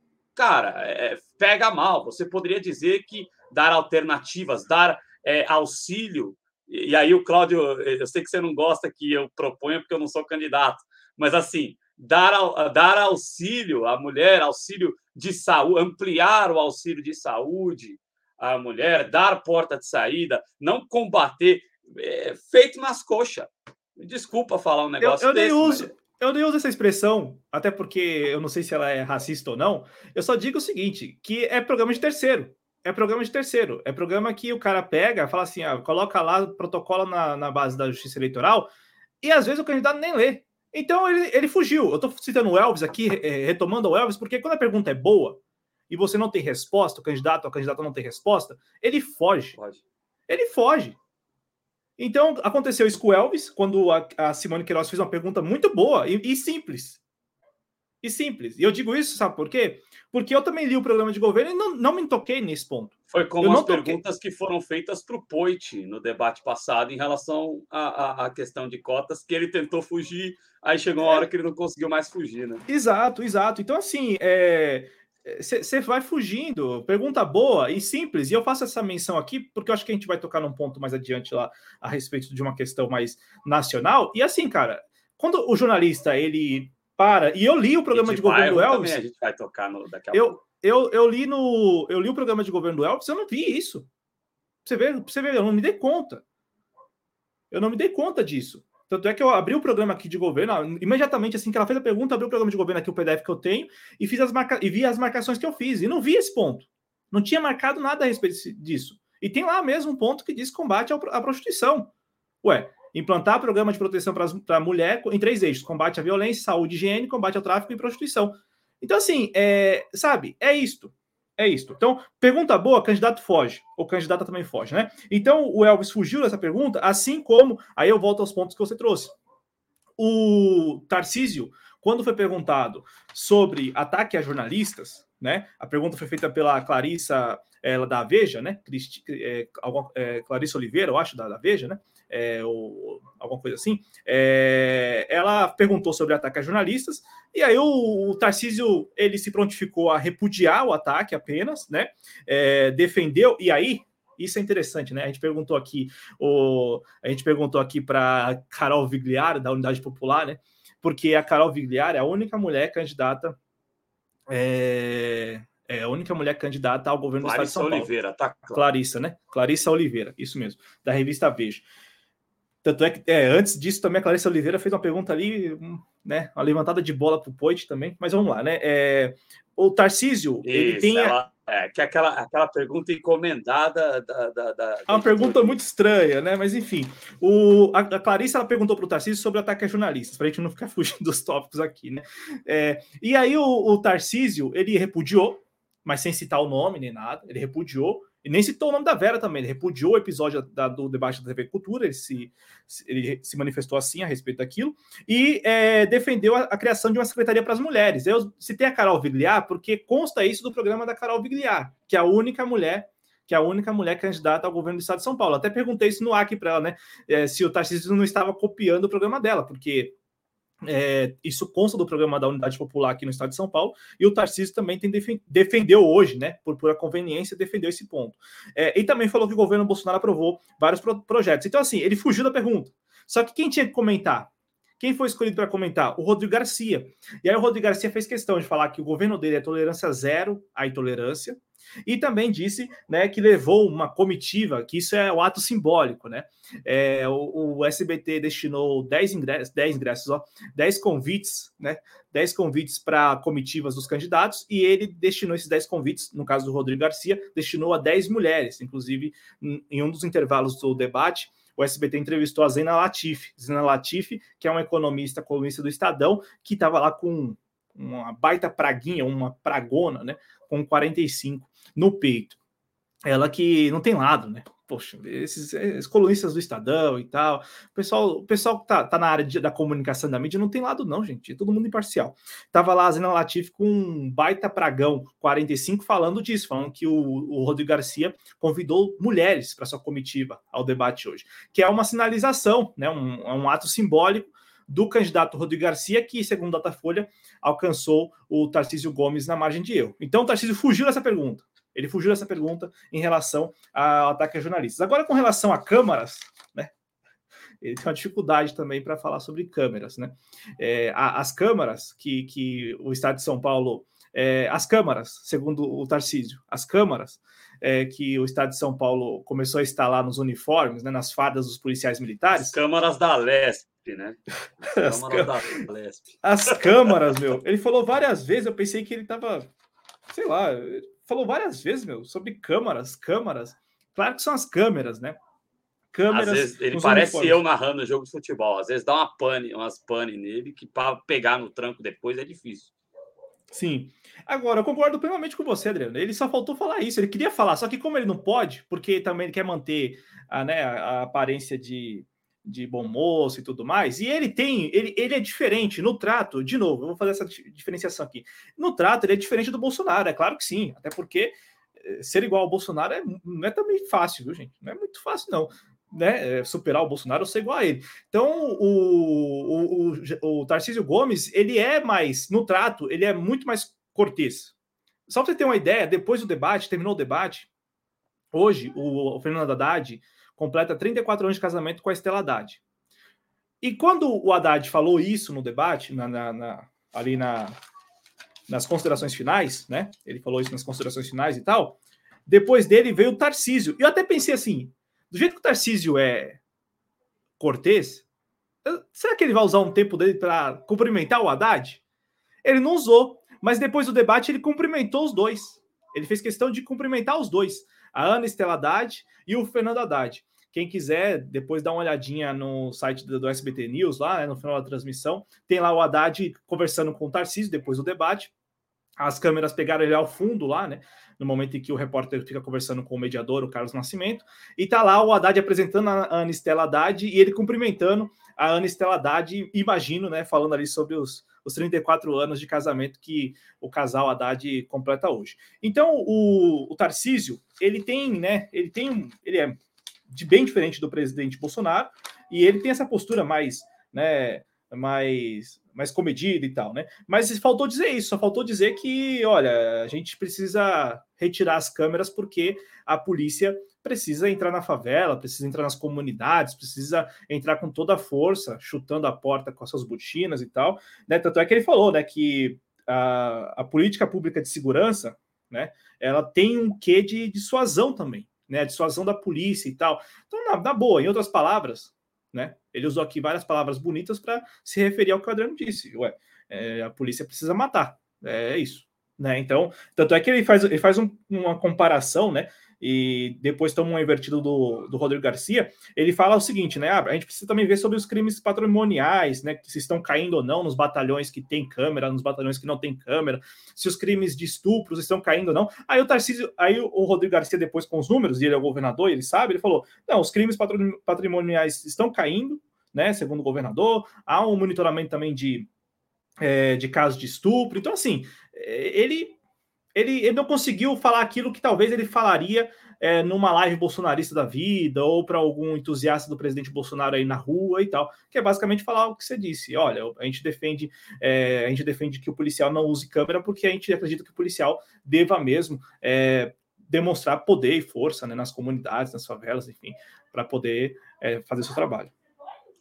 Cara, pega mal. Você poderia dizer que dar alternativas, dar auxílio. E aí o Cláudio, eu sei que você não gosta que eu proponha porque eu não sou candidato, mas assim, dar auxílio à mulher, auxílio de saúde, ampliar o auxílio de saúde à mulher, dar porta de saída, não combater, feito nas coxas. Desculpa falar um negócio desse. Eu nem uso essa expressão, até porque eu não sei se ela é racista ou não. Eu só digo o seguinte, que é programa de terceiro. É programa de terceiro. É programa que o cara pega, fala assim, coloca lá o protocolo na base da Justiça Eleitoral, e às vezes o candidato nem lê. Então ele fugiu. Eu estou citando o Elvis aqui, retomando o Elvis, porque quando a pergunta é boa e você não tem resposta, o candidato ou a candidata não tem resposta, ele foge. Ele foge. Então, aconteceu isso com o Elvis, quando a Simone Queiroz fez uma pergunta muito boa e simples. E simples. E eu digo isso, sabe por quê? Porque eu também li o programa de governo e não me toquei nesse ponto. Foi como as perguntas que foram feitas para o Poit no debate passado em relação à questão de cotas, que ele tentou fugir, aí chegou uma hora que ele não conseguiu mais fugir, né? Exato. Então, assim, você vai fugindo. Pergunta boa e simples. E eu faço essa menção aqui porque eu acho que a gente vai tocar num ponto mais adiante lá a respeito de uma questão mais nacional. E assim, cara, quando o jornalista, ele para... E eu li o programa de governo do Elvis... Também a gente vai tocar daqui a pouco. Eu li o programa de governo do Elvis, eu não vi isso. Você vê, eu não me dei conta. Eu não me dei conta disso. Tanto é que eu abri o programa aqui de governo, imediatamente assim que ela fez a pergunta, abri o programa de governo aqui, o PDF que eu tenho, e vi as marcações que eu fiz. E não vi esse ponto. Não tinha marcado nada a respeito disso. E tem lá mesmo um ponto que diz combate à prostituição. Implantar programa de proteção para a mulher em 3 eixos: combate à violência, saúde e higiene, combate ao tráfico e prostituição. Então, assim, sabe, é isto. Então, pergunta boa, candidato foge, ou candidata também foge, né? Então, o Elvis fugiu dessa pergunta, assim como, aí eu volto aos pontos que você trouxe. O Tarcísio, quando foi perguntado sobre ataque a jornalistas, né? A pergunta foi feita pela Clarissa, ela da Veja, né? Clarissa Oliveira, eu acho, da Veja, né? Ou alguma coisa assim. Ela perguntou sobre ataque a jornalistas, e aí o Tarcísio, ele se prontificou a repudiar o ataque apenas, né? Defendeu, e aí, isso é interessante, né? A gente perguntou aqui para Carol Vigliari, da Unidade Popular, né? Porque a Carol Vigliari é a única mulher candidata a única mulher candidata ao governo do Estado de São Paulo. Oliveira, tá? Clarissa, né? Clarissa Oliveira, isso mesmo, da revista Veja. Tanto é que, antes disso, também a Clarissa Oliveira fez uma pergunta ali, né? Uma levantada de bola pro Poit também, mas vamos lá, né? O Tarcísio, ele tem... que é aquela pergunta encomendada é uma pergunta muito estranha, né? Mas, enfim, a Clarissa, ela perguntou pro Tarcísio sobre o ataque a jornalistas, pra gente não ficar fugindo dos tópicos aqui, né? E aí o Tarcísio, ele repudiou, mas sem citar o nome nem nada, ele repudiou, e nem citou o nome da Vera também, ele repudiou o episódio do debate da TV Cultura, ele se manifestou assim a respeito daquilo, e defendeu a criação de uma secretaria para as mulheres. Eu citei a Carol Vigliar porque consta isso do programa da Carol Vigliar, que é a única mulher candidata ao governo do Estado de São Paulo. Até perguntei isso no AC para ela, né? Se o Tarcísio não estava copiando o programa dela, porque isso consta do programa da Unidade Popular aqui no Estado de São Paulo, e o Tarcísio também defendeu hoje, né, por pura conveniência, defendeu esse ponto. E também falou que o governo Bolsonaro aprovou vários projetos. Então, assim, ele fugiu da pergunta. Só que quem tinha que comentar? Quem foi escolhido para comentar? O Rodrigo Garcia. E aí o Rodrigo Garcia fez questão de falar que o governo dele é tolerância zero à intolerância, e também disse, né, que levou uma comitiva, que isso é o ato simbólico, né? O SBT destinou 10 convites, né? 10 convites para comitivas dos candidatos, e ele destinou esses 10 convites, no caso do Rodrigo Garcia, destinou a 10 mulheres. Inclusive, em um dos intervalos do debate, o SBT entrevistou a Zena Latifi, que é uma economista, colunista do Estadão, que estava lá com uma baita praguinha, uma pragona, né? Com 45 no peito. Ela que não tem lado, né? Poxa, esses colunistas do Estadão e tal, o pessoal que tá na área da comunicação da mídia não tem lado não, gente, é todo mundo imparcial. Tava lá a Zena Latifi com um baita pragão 45 falando disso, falando que o Rodrigo Garcia convidou mulheres para sua comitiva ao debate hoje, que é uma sinalização, né? Um ato simbólico do candidato Rodrigo Garcia, que, segundo Datafolha, alcançou o Tarcísio Gomes na margem de erro. Então, o Tarcísio fugiu dessa pergunta. Ele fugiu dessa pergunta em relação ao ataque a jornalistas. Agora, com relação a câmaras, né? Ele tem uma dificuldade também para falar sobre câmeras, né? As câmaras que o Estado de São Paulo... as câmaras, segundo o Tarcísio, as câmaras que o Estado de São Paulo começou a instalar nos uniformes, né, nas fardas dos policiais militares... As câmaras da Lesp, né? As câmaras, meu. Ele falou várias vezes, eu pensei que ele estava... Sei lá, falou várias vezes, meu, sobre câmaras. Claro que são as câmeras, né? Câmeras. Às vezes ele parece uniformes. Eu narrando o jogo de futebol. Às vezes dá umas pane nele que para pegar no tranco depois é difícil. Sim. Agora, eu concordo plenamente com você, Adriano. Ele só faltou falar isso. Ele queria falar, só que como ele não pode, porque também ele quer manter a aparência de bom moço e tudo mais, e ele é diferente no trato, de novo, eu vou fazer essa diferenciação aqui. No trato, ele é diferente do Bolsonaro, é claro que sim, até porque ser igual ao Bolsonaro não é também fácil, viu, gente? Não é muito fácil, não. Né, superar o Bolsonaro ou ser igual a ele. Então, o Tarcísio Gomes, ele é mais, no trato, ele é muito mais cortês. Só para você ter uma ideia, depois do debate, terminou o debate, hoje, o Fernando Haddad completa 34 anos de casamento com a Estela Haddad. E quando o Haddad falou isso no debate, ali nas considerações finais, né? Ele falou isso nas considerações finais e tal. Depois dele veio o Tarcísio. E eu até pensei assim, do jeito que o Tarcísio é cortês, será que ele vai usar um tempo dele para cumprimentar o Haddad? Ele não usou, mas depois do debate ele cumprimentou os dois. Ele fez questão de cumprimentar os dois, a Ana Estela Haddad e o Fernando Haddad. Quem quiser, depois dá uma olhadinha no site do SBT News, lá, né, no final da transmissão, tem lá o Haddad conversando com o Tarcísio depois do debate. As câmeras pegaram ele ao fundo lá, né? No momento em que o repórter fica conversando com o mediador, o Carlos Nascimento, e tá lá o Haddad apresentando a Ana Estela Haddad e ele cumprimentando a Ana Estela Haddad, imagino, né? Falando ali sobre os 34 anos de casamento que o casal Haddad completa hoje. Então, o Tarcísio, ele é bem diferente do presidente Bolsonaro, e ele tem essa postura mais, né, mais comedida e tal, né? Mas faltou dizer isso, só faltou dizer que, olha, a gente precisa retirar as câmeras porque a polícia precisa entrar na favela, precisa entrar nas comunidades, precisa entrar com toda a força, chutando a porta com as suas botinas e tal, né? Tanto é que ele falou, né, que a política pública de segurança, né, ela tem um quê de dissuasão também, né? A dissuasão da polícia e tal. Então, na boa, em outras palavras, né? Ele usou aqui várias palavras bonitas para se referir ao que o Adriano disse. A polícia precisa matar. É isso. Né? Então, tanto é que ele faz uma comparação, né? E depois toma um invertido do Rodrigo Garcia. Ele fala o seguinte, né? A gente precisa também ver sobre os crimes patrimoniais, né? Se estão caindo ou não nos batalhões que tem câmera, nos batalhões que não tem câmera, se os crimes de estupros estão caindo ou não. Aí o Rodrigo Garcia, depois com os números, e ele é o governador, ele sabe, ele falou: não, os crimes patrimoniais estão caindo, né? Segundo o governador, há um monitoramento também de casos de estupro. Então, assim, ele não conseguiu falar aquilo que talvez ele falaria numa live bolsonarista da vida, ou para algum entusiasta do presidente Bolsonaro aí na rua e tal, que é basicamente falar o que você disse. Olha, a gente defende que o policial não use câmera porque a gente acredita que o policial deva mesmo demonstrar poder e força, né, nas comunidades, nas favelas, enfim, para poder fazer seu trabalho.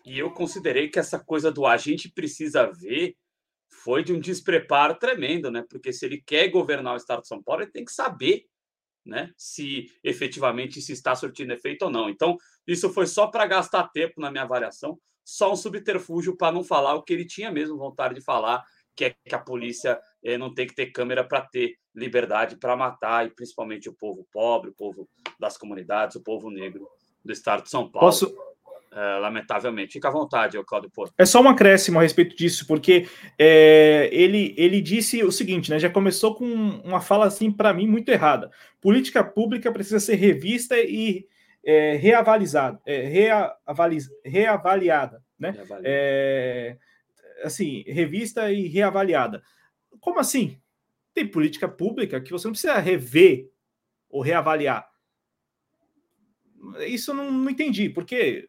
E eu considerei que essa coisa do a gente precisa ver foi de um despreparo tremendo, né? Porque se ele quer governar o estado de São Paulo, ele tem que saber, né, se efetivamente se está surtindo efeito ou não. Então, isso foi só para gastar tempo na minha avaliação, só um subterfúgio para não falar o que ele tinha mesmo vontade de falar, que é que a polícia não tem que ter câmera para ter liberdade para matar, e principalmente o povo pobre, o povo das comunidades, o povo negro do estado de São Paulo. Posso, Lamentavelmente. Fica à vontade, Claudio Porto. É só um acréscimo a respeito disso, porque ele disse o seguinte, né? Já começou com uma fala assim para mim muito errada. Política pública precisa ser revista e reavaliada, né? Assim, revista e reavaliada. Como assim? Tem política pública que você não precisa rever ou reavaliar. Isso eu não entendi, porque,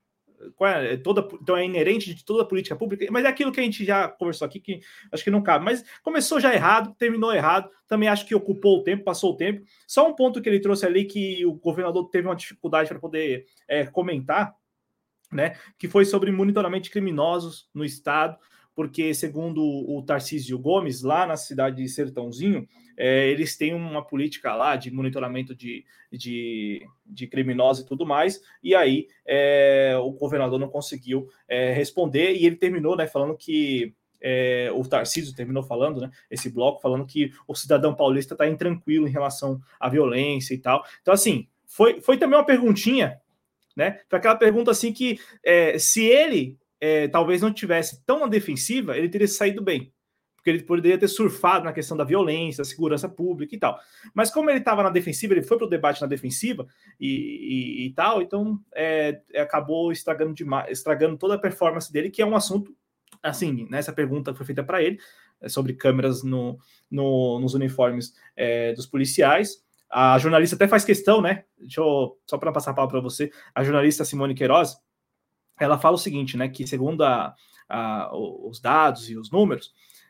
então é inerente de toda a política pública, mas é aquilo que a gente já conversou aqui, que acho que não cabe, mas começou já errado, terminou errado, também acho que ocupou o tempo, passou o tempo. Só um ponto que ele trouxe ali que o governador teve uma dificuldade para poder comentar, né, que foi sobre monitoramento de criminosos no estado, porque segundo o Tarcísio Gomes, lá na cidade de Sertãozinho, eles têm uma política lá de monitoramento de criminosos e tudo mais, e aí o governador não conseguiu responder, e ele terminou, né, falando que o Tarcísio terminou falando, né, esse bloco, falando que o cidadão paulista está intranquilo em relação à violência e tal. Então, assim, foi também uma perguntinha, né? Foi aquela pergunta assim que se ele talvez não tivesse tão na defensiva, ele teria saído bem. Porque ele poderia ter surfado na questão da violência, da segurança pública e tal. Mas como ele estava na defensiva, ele foi para o debate na defensiva e tal, então acabou estragando toda a performance dele, que é um assunto, assim, nessa pergunta foi feita para ele, sobre câmeras nos uniformes dos policiais. A jornalista até faz questão, né? Só para passar a palavra para você, a jornalista Simone Queiroz, ela fala o seguinte, né? Que segundo os dados e os números,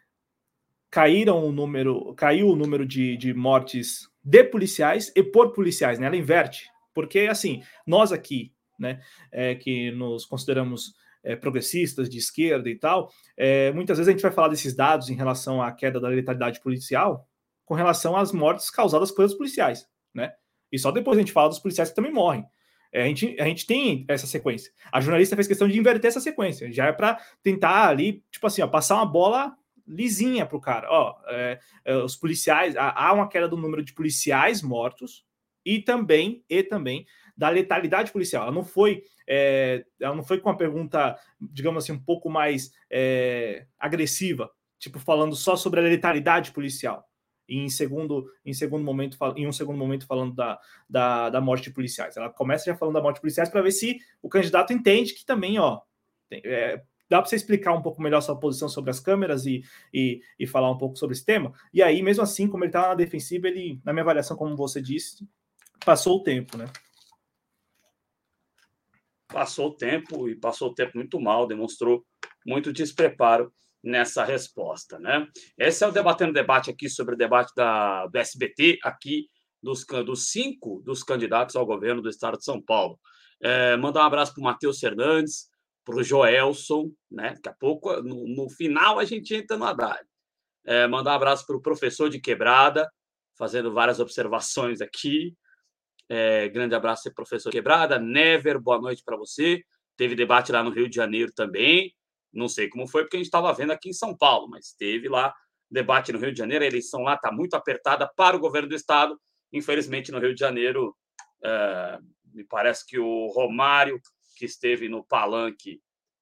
caiu o número de mortes de policiais e por policiais, né? Ela inverte, porque assim, nós aqui, né, que nos consideramos progressistas de esquerda e tal, muitas vezes a gente vai falar desses dados em relação à queda da letalidade policial, com relação às mortes causadas pelos policiais, né? E só depois a gente fala dos policiais que também morrem. A gente tem essa sequência. A jornalista fez questão de inverter essa sequência. Já é para tentar ali, tipo assim, passar uma bola lisinha pro cara. Os policiais, há uma queda do número de policiais mortos e também da letalidade policial. Ela não foi com uma pergunta, digamos assim, um pouco mais agressiva, tipo falando só sobre a letalidade policial. E em um segundo momento falando da morte de policiais. Ela começa já falando da morte de policiais para ver se o candidato entende que também, dá para você explicar um pouco melhor sua posição sobre as câmeras e falar um pouco sobre esse tema. E aí, mesmo assim, como ele estava na defensiva, ele, na minha avaliação, como você disse, passou o tempo, né? Passou o tempo e passou o tempo muito mal, demonstrou muito despreparo nessa resposta, né? Esse é o Debatendo Debate aqui sobre o debate do SBT, aqui dos 5 dos candidatos ao governo do estado de São Paulo. Mandar um abraço para o Matheus Fernandes, para o Joelson, né? Daqui a pouco, no final, a gente entra no Haddad. Mandar um abraço para o professor de Quebrada, fazendo várias observações aqui. Grande abraço, professor Quebrada. Never, boa noite para você. Teve debate lá no Rio de Janeiro também. Não sei como foi, porque a gente estava vendo aqui em São Paulo, mas teve lá debate no Rio de Janeiro. A eleição lá está muito apertada para o governo do estado. Infelizmente, no Rio de Janeiro, me parece que o Romário, que esteve no palanque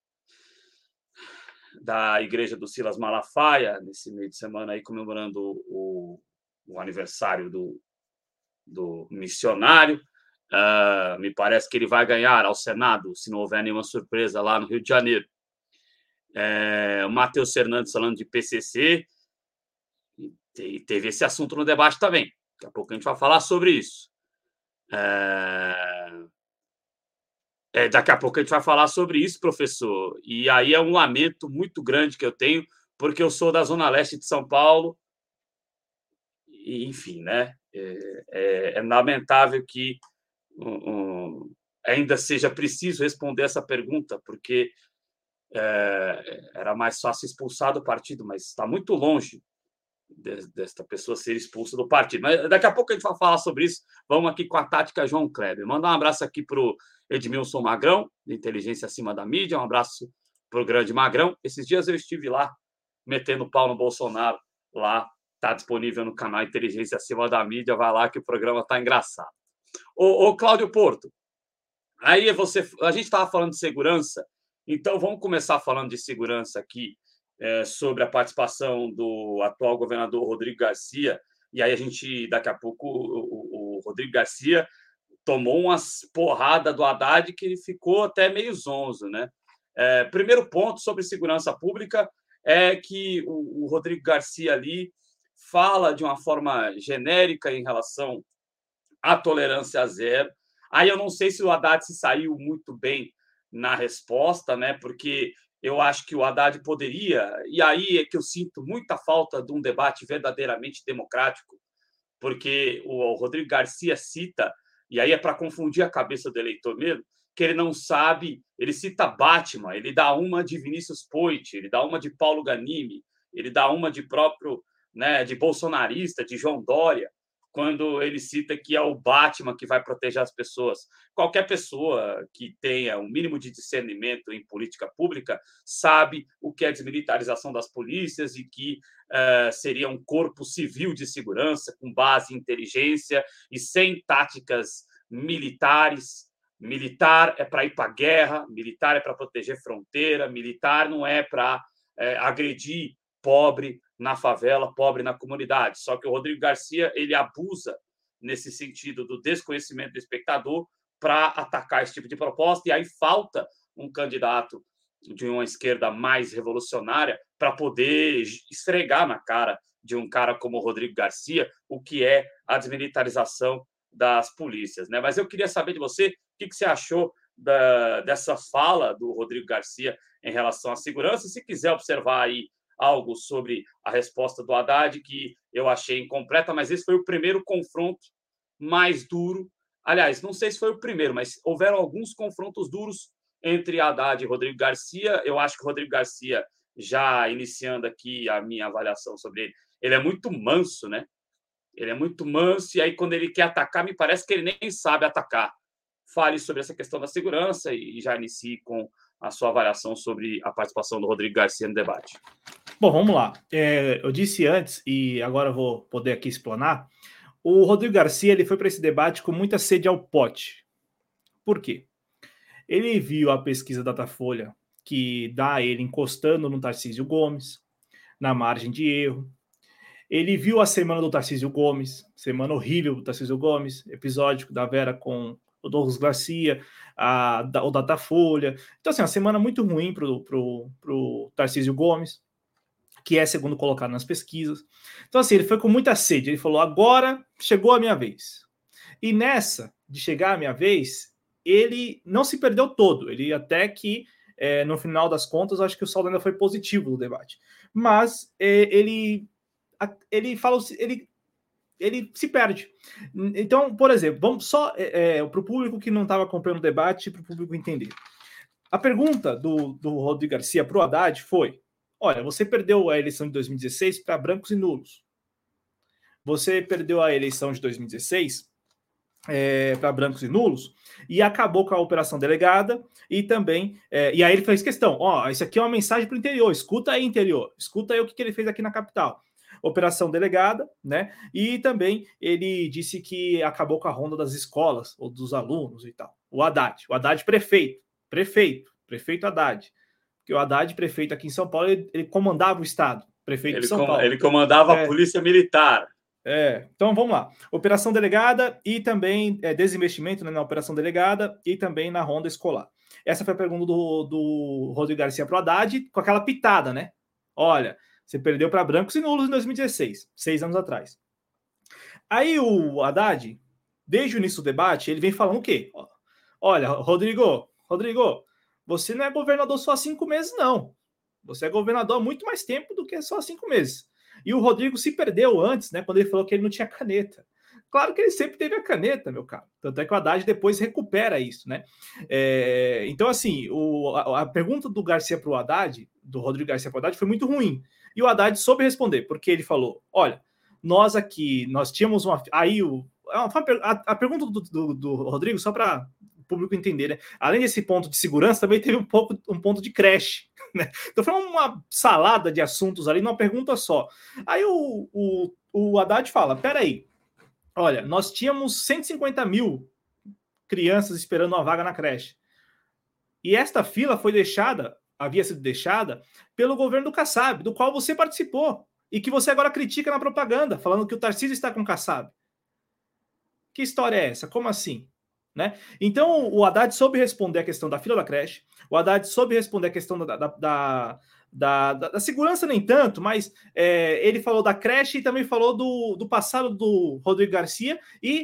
da igreja do Silas Malafaia, nesse meio de semana aí, comemorando o aniversário do missionário. Me parece que ele vai ganhar ao Senado, se não houver nenhuma surpresa lá no Rio de Janeiro. O Matheus Fernandes falando de PCC, e teve esse assunto no debate também. Daqui a pouco a gente vai falar sobre isso. Daqui a pouco a gente vai falar sobre isso, professor. E aí é um lamento muito grande que eu tenho, porque eu sou da Zona Leste de São Paulo. E, enfim, né? É lamentável que ainda seja preciso responder essa pergunta, porque era mais fácil expulsar do partido, mas está muito longe desta pessoa ser expulsa do partido. Mas daqui a pouco a gente vai falar sobre isso. Vamos aqui com a tática João Kleber. Mandar um abraço aqui para o Edmilson Magrão, de Inteligência Acima da Mídia. Um abraço para o grande Magrão. Esses dias eu estive lá, metendo pau no Bolsonaro. Lá está disponível no canal Inteligência Acima da Mídia. Vai lá que o programa está engraçado. Ô Cláudio Porto, aí a gente estava falando de segurança, então vamos começar falando de segurança aqui, sobre a participação do atual governador Rodrigo Garcia. E aí daqui a pouco, o Rodrigo Garcia tomou umas porradas do Haddad que ele ficou até meio zonzo, né? Primeiro ponto sobre segurança pública é que o Rodrigo Garcia ali fala de uma forma genérica em relação à tolerância zero. Aí eu não sei se o Haddad se saiu muito bem na resposta, né? Porque eu acho que o Haddad poderia, e aí é que eu sinto muita falta de um debate verdadeiramente democrático, porque o Rodrigo Garcia cita, e aí é para confundir a cabeça do eleitor mesmo, que ele não sabe, ele cita Batman, ele dá uma de Vinícius Poit, ele dá uma de Paulo Ganimi, ele dá uma de próprio, né, de bolsonarista, de João Dória, quando ele cita que é o Batman que vai proteger as pessoas. Qualquer pessoa que tenha um mínimo de discernimento em política pública sabe o que é desmilitarização das polícias e que seria um corpo civil de segurança com base em inteligência e sem táticas militares. Militar é para ir para a guerra, militar é para proteger fronteira, militar não é para agredir pobre na favela, pobre na comunidade. Só que o Rodrigo Garcia ele abusa nesse sentido do desconhecimento do espectador para atacar esse tipo de proposta, e aí falta um candidato de uma esquerda mais revolucionária para poder esfregar na cara de um cara como o Rodrigo Garcia o que é a desmilitarização das polícias, né? Mas eu queria saber de você o que você achou dessa fala do Rodrigo Garcia em relação à segurança, e se quiser observar aí algo sobre a resposta do Haddad, que eu achei incompleta, mas esse foi o primeiro confronto mais duro. Aliás, não sei se foi o primeiro, mas houveram alguns confrontos duros entre Haddad e Rodrigo Garcia. Eu acho que o Rodrigo Garcia, já iniciando aqui a minha avaliação sobre ele é muito manso, né? Ele é muito manso, e aí quando ele quer atacar, me parece que ele nem sabe atacar. Fale sobre essa questão da segurança e já inicie com a sua avaliação sobre a participação do Rodrigo Garcia no debate. Bom, vamos lá. Eu disse antes, e agora vou poder aqui explanar, o Rodrigo Garcia ele foi para esse debate com muita sede ao pote. Por quê? Ele viu a pesquisa Datafolha, que dá ele encostando no Tarcísio Gomes, na margem de erro. Ele viu a semana do Tarcísio Gomes, semana horrível do Tarcísio Gomes, episódio da Vera com o Douglas Garcia, o Datafolha. Então, assim, uma semana muito ruim pro Tarcísio Gomes, que é segundo colocado nas pesquisas. Então, assim, ele foi com muita sede. Ele falou, agora chegou a minha vez. E nessa de chegar a minha vez, ele não se perdeu todo. Ele até que, no final das contas, acho que o saldo ainda foi positivo no debate. Mas ele fala, ele se perde. Então, por exemplo, vamos só para o público que não estava acompanhando o debate, para o público entender. A pergunta do Rodrigo Garcia para o Haddad foi, olha, você perdeu a eleição de 2016 para brancos e nulos. Você perdeu a eleição de 2016 para brancos e nulos e acabou com a operação delegada e também... e aí ele fez questão, isso aqui é uma mensagem para o interior, escuta aí interior, escuta aí o que ele fez aqui na capital. Operação delegada, né? E também ele disse que acabou com a ronda das escolas ou dos alunos e tal. O Haddad prefeito Haddad. Porque o Haddad, prefeito aqui em São Paulo, ele comandava o estado, prefeito de São Paulo. Ele comandava a polícia militar. Então vamos lá. Operação delegada e também desinvestimento, né, na operação delegada e também na ronda escolar. Essa foi a pergunta do Rodrigo Garcia para o Haddad, com aquela pitada, né? Olha, você perdeu para brancos e nulos em 2016, 6 anos atrás. Aí o Haddad, desde o início do debate, ele vem falando o quê? Olha, Rodrigo, você não é governador só há 5 meses, não. Você é governador há muito mais tempo do que só 5 meses. E o Rodrigo se perdeu antes, né? Quando ele falou que ele não tinha caneta. Claro que ele sempre teve a caneta, meu caro. Tanto é que o Haddad depois recupera isso, né? Então, assim, a pergunta do Garcia para o Haddad, do Rodrigo Garcia para o Haddad, foi muito ruim. E o Haddad soube responder, porque ele falou: olha, nós tínhamos uma. A pergunta do Rodrigo, só para o público entender, né? Além desse ponto de segurança, também teve um ponto de creche, né? Então foi uma salada de assuntos ali, numa pergunta só. Aí o Haddad fala: peraí. Olha, nós tínhamos 150 mil crianças esperando uma vaga na creche. E esta fila havia sido deixada pelo governo do Kassab, do qual você participou. E que você agora critica na propaganda, falando que o Tarcísio está com o Kassab. Que história é essa? Como assim? Né? Então, o Haddad soube responder a questão da fila da creche, o Haddad soube responder a questão da segurança, nem tanto, mas ele falou da creche e também falou do passado do Rodrigo Garcia e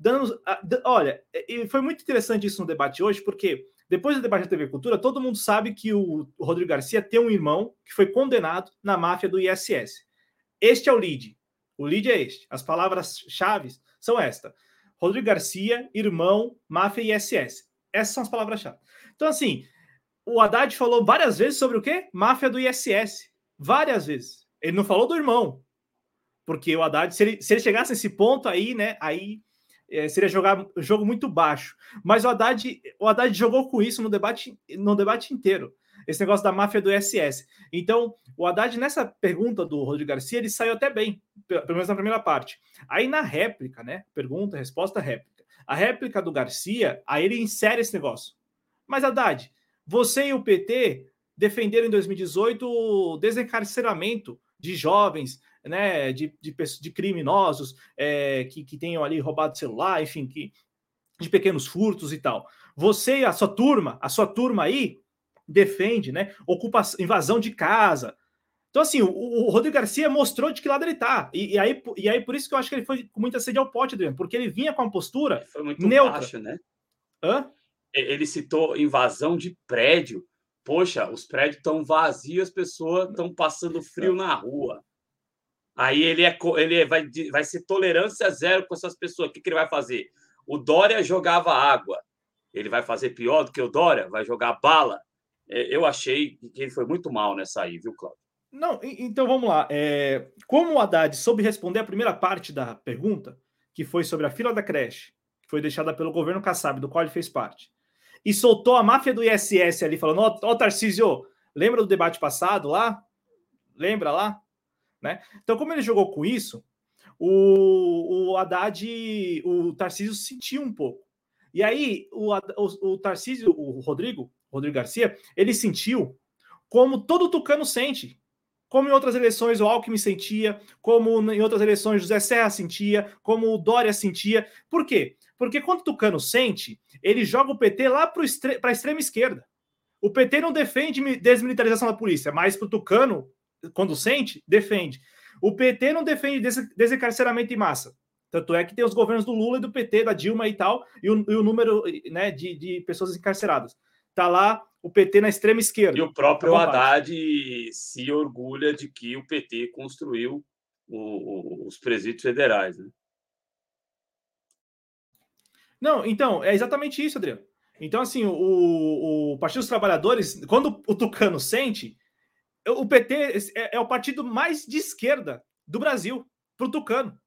olha, foi muito interessante isso no debate hoje, porque depois do debate da TV Cultura, todo mundo sabe que o Rodrigo Garcia tem um irmão que foi condenado na máfia do ISS. Este é o lead. O lead é este. As palavras-chave são estas. Rodrigo Garcia, irmão, máfia e ISS. Essas são as palavras-chave. Então, assim, o Haddad falou várias vezes sobre o quê? Máfia do ISS. Várias vezes. Ele não falou do irmão. Porque o Haddad, se ele chegasse nesse ponto aí, né? Aí seria jogo muito baixo. Mas o Haddad jogou com isso no debate inteiro. Esse negócio da máfia do ISS. Então, o Haddad, nessa pergunta do Rodrigo Garcia, ele saiu até bem, pelo menos na primeira parte. Aí, na réplica, né? Pergunta, resposta, réplica. A réplica do Garcia, aí ele insere esse negócio. Mas, Haddad, você e o PT defenderam em 2018 o desencarceramento de jovens, né, de criminosos que tenham ali roubado celular, enfim, de pequenos furtos e tal. Você e a sua turma aí defende, né, invasão de casa. Então, assim, o Rodrigo Garcia mostrou de que lado ele tá. E aí, por isso que eu acho que ele foi com muita sede ao pote, Adriano, porque ele vinha com uma postura foi muito neutra. Baixo, né? Hã? Ele citou invasão de prédio. Poxa, os prédios estão vazios, as pessoas estão passando frio na rua. Aí ele vai ser tolerância zero com essas pessoas. O que ele vai fazer? O Dória jogava água. Ele vai fazer pior do que o Dória? Vai jogar bala? Eu achei que ele foi muito mal nessa aí, viu, Cláudio? Não, então vamos lá. Como o Haddad soube responder a primeira parte da pergunta, que foi sobre a fila da creche, que foi deixada pelo governo Kassab, do qual ele fez parte, e soltou a máfia do ISS ali, falando: ó, Tarcísio, lembra do debate passado lá? Lembra lá? Né? Então, como ele jogou com isso, o Haddad, o Tarcísio sentiu um pouco. E aí, o Tarcísio, o Rodrigo Garcia, ele sentiu como todo tucano sente. Como em outras eleições o Alckmin sentia, como em outras eleições José Serra sentia, como o Dória sentia. Por quê? Porque quando o tucano sente, ele joga o PT lá para a extrema esquerda. O PT não defende desmilitarização da polícia, mas para o tucano, quando sente, defende. O PT não defende desencarceramento em massa. Tanto é que tem os governos do Lula e do PT, da Dilma e tal, e o número, né, de pessoas encarceradas. Está lá o PT na extrema esquerda. E o próprio Haddad se orgulha de que o PT construiu os presídios federais, né? Não, então, é exatamente isso, Adriano. Então, assim, o Partido dos Trabalhadores, quando o tucano sente, o PT é o partido mais de esquerda do Brasil, para o tucano.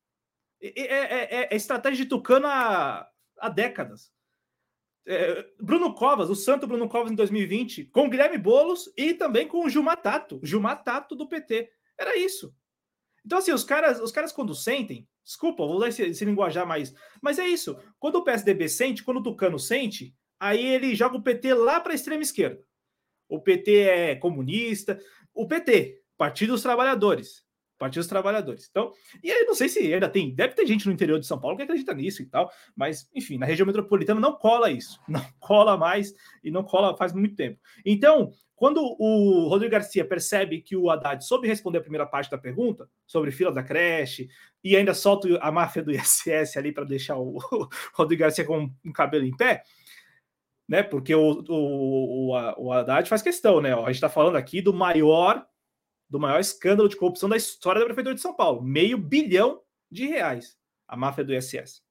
É estratégia de tucano há décadas. Bruno Covas, o santo Bruno Covas em 2020, com Guilherme Boulos e também com o Gilmar Tato do PT. Era isso. Então, assim, os caras quando sentem, desculpa, vou usar esse linguajar mais, mas é isso. Quando o PSDB sente, quando o tucano sente, aí ele joga o PT lá para a extrema esquerda. O PT é comunista, o PT, Partido dos Trabalhadores. Então, e aí não sei se ainda deve ter gente no interior de São Paulo que acredita nisso e tal, mas enfim, na região metropolitana não cola isso, não cola mais e não cola faz muito tempo. Então, quando o Rodrigo Garcia percebe que o Haddad soube responder a primeira parte da pergunta sobre fila da creche e ainda solta a máfia do ISS ali para deixar o Rodrigo Garcia com um cabelo em pé, né? Porque o Haddad faz questão, né? A gente está falando aqui do maior escândalo de corrupção da história da Prefeitura de São Paulo. R$500 milhão, a máfia do ISS.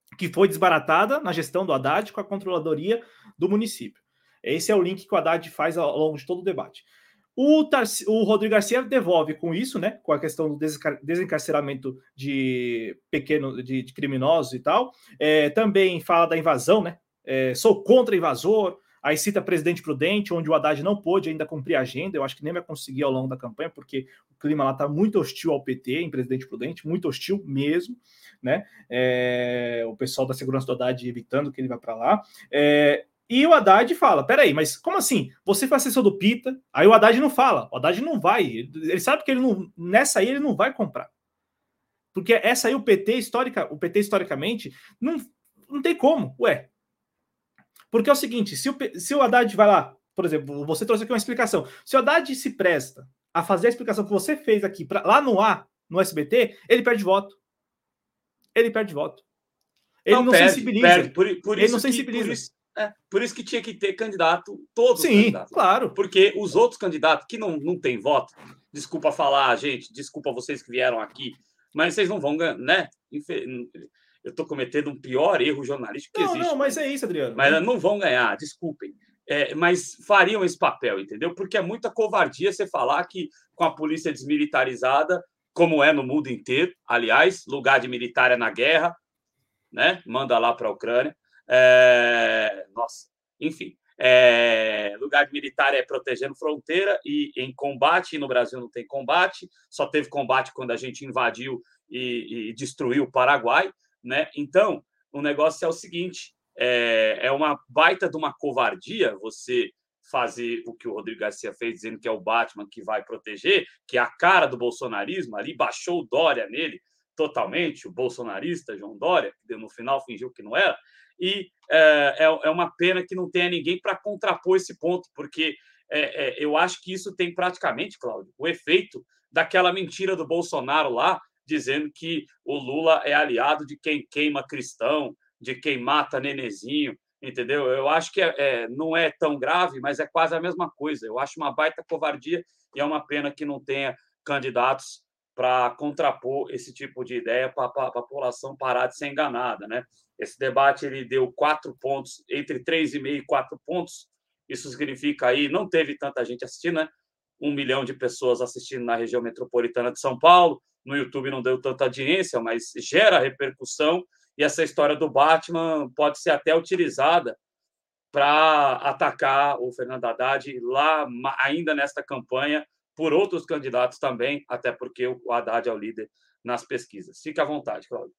que foi desbaratada na gestão do Haddad com a controladoria do município. Esse é o link que o Haddad faz ao longo de todo o debate. O Rodrigo Garcia devolve com isso, né, com a questão do desencarceramento de criminosos e tal. Também fala da invasão, né? Sou contra invasor. Aí cita Presidente Prudente, onde o Haddad não pôde ainda cumprir a agenda. Eu acho que nem vai conseguir ao longo da campanha, porque o clima lá está muito hostil ao PT, em Presidente Prudente, muito hostil mesmo, né? O pessoal da segurança do Haddad evitando que ele vá para lá. E o Haddad fala, peraí, mas como assim? Você foi assessor do Pita, aí o Haddad não fala, o Haddad não vai, ele sabe que ele não, nessa aí ele não vai comprar. Porque essa aí o PT historicamente, não tem como, ué. Porque é o seguinte, se o Haddad vai lá, por exemplo, você trouxe aqui uma explicação, se o Haddad se presta a fazer a explicação que você fez aqui, lá no SBT, ele perde voto. Ele perde voto. Ele não sensibiliza. Perde. Ele não sensibiliza. Por isso que tinha que ter candidato, todos os candidatos. Claro. Porque os outros candidatos que não têm voto, desculpa falar, gente, desculpa vocês que vieram aqui, mas vocês não vão ganhar, né? Eu estou cometendo um pior erro jornalístico que existe. Não, mas é isso, Adriano. Mas não vão ganhar, desculpem. Mas fariam esse papel, entendeu? Porque é muita covardia você falar que com a polícia desmilitarizada, como é no mundo inteiro, aliás, lugar de militar é na guerra, né? Manda lá para a Ucrânia. Nossa, enfim, lugar de militar é protegendo fronteira e em combate, e no Brasil não tem combate, só teve combate quando a gente invadiu e destruiu o Paraguai, né? Então, o negócio é o seguinte, é uma baita de uma covardia você fazer o que o Rodrigo Garcia fez, dizendo que é o Batman que vai proteger, que é a cara do bolsonarismo, ali baixou o Dória nele totalmente, o bolsonarista João Dória, que no final fingiu que não era, e é uma pena que não tenha ninguém para contrapor esse ponto, porque eu acho que isso tem praticamente, Cláudio, o efeito daquela mentira do Bolsonaro lá, dizendo que o Lula é aliado de quem queima cristão, de quem mata nenezinho, entendeu? Eu acho que não é tão grave, mas é quase a mesma coisa. Eu acho uma baita covardia e é uma pena que não tenha candidatos para contrapor esse tipo de ideia para a população parar de ser enganada, né? Esse debate ele deu 4 pontos, entre 3,5 e 4 pontos. Isso significa aí, não teve tanta gente assistindo, né? 1 milhão de pessoas assistindo na região metropolitana de São Paulo. No YouTube não deu tanta audiência, mas gera repercussão. E essa história do Batman pode ser até utilizada para atacar o Fernando Haddad lá, ainda nesta campanha, por outros candidatos também, até porque o Haddad é o líder nas pesquisas. Fique à vontade, Cláudio.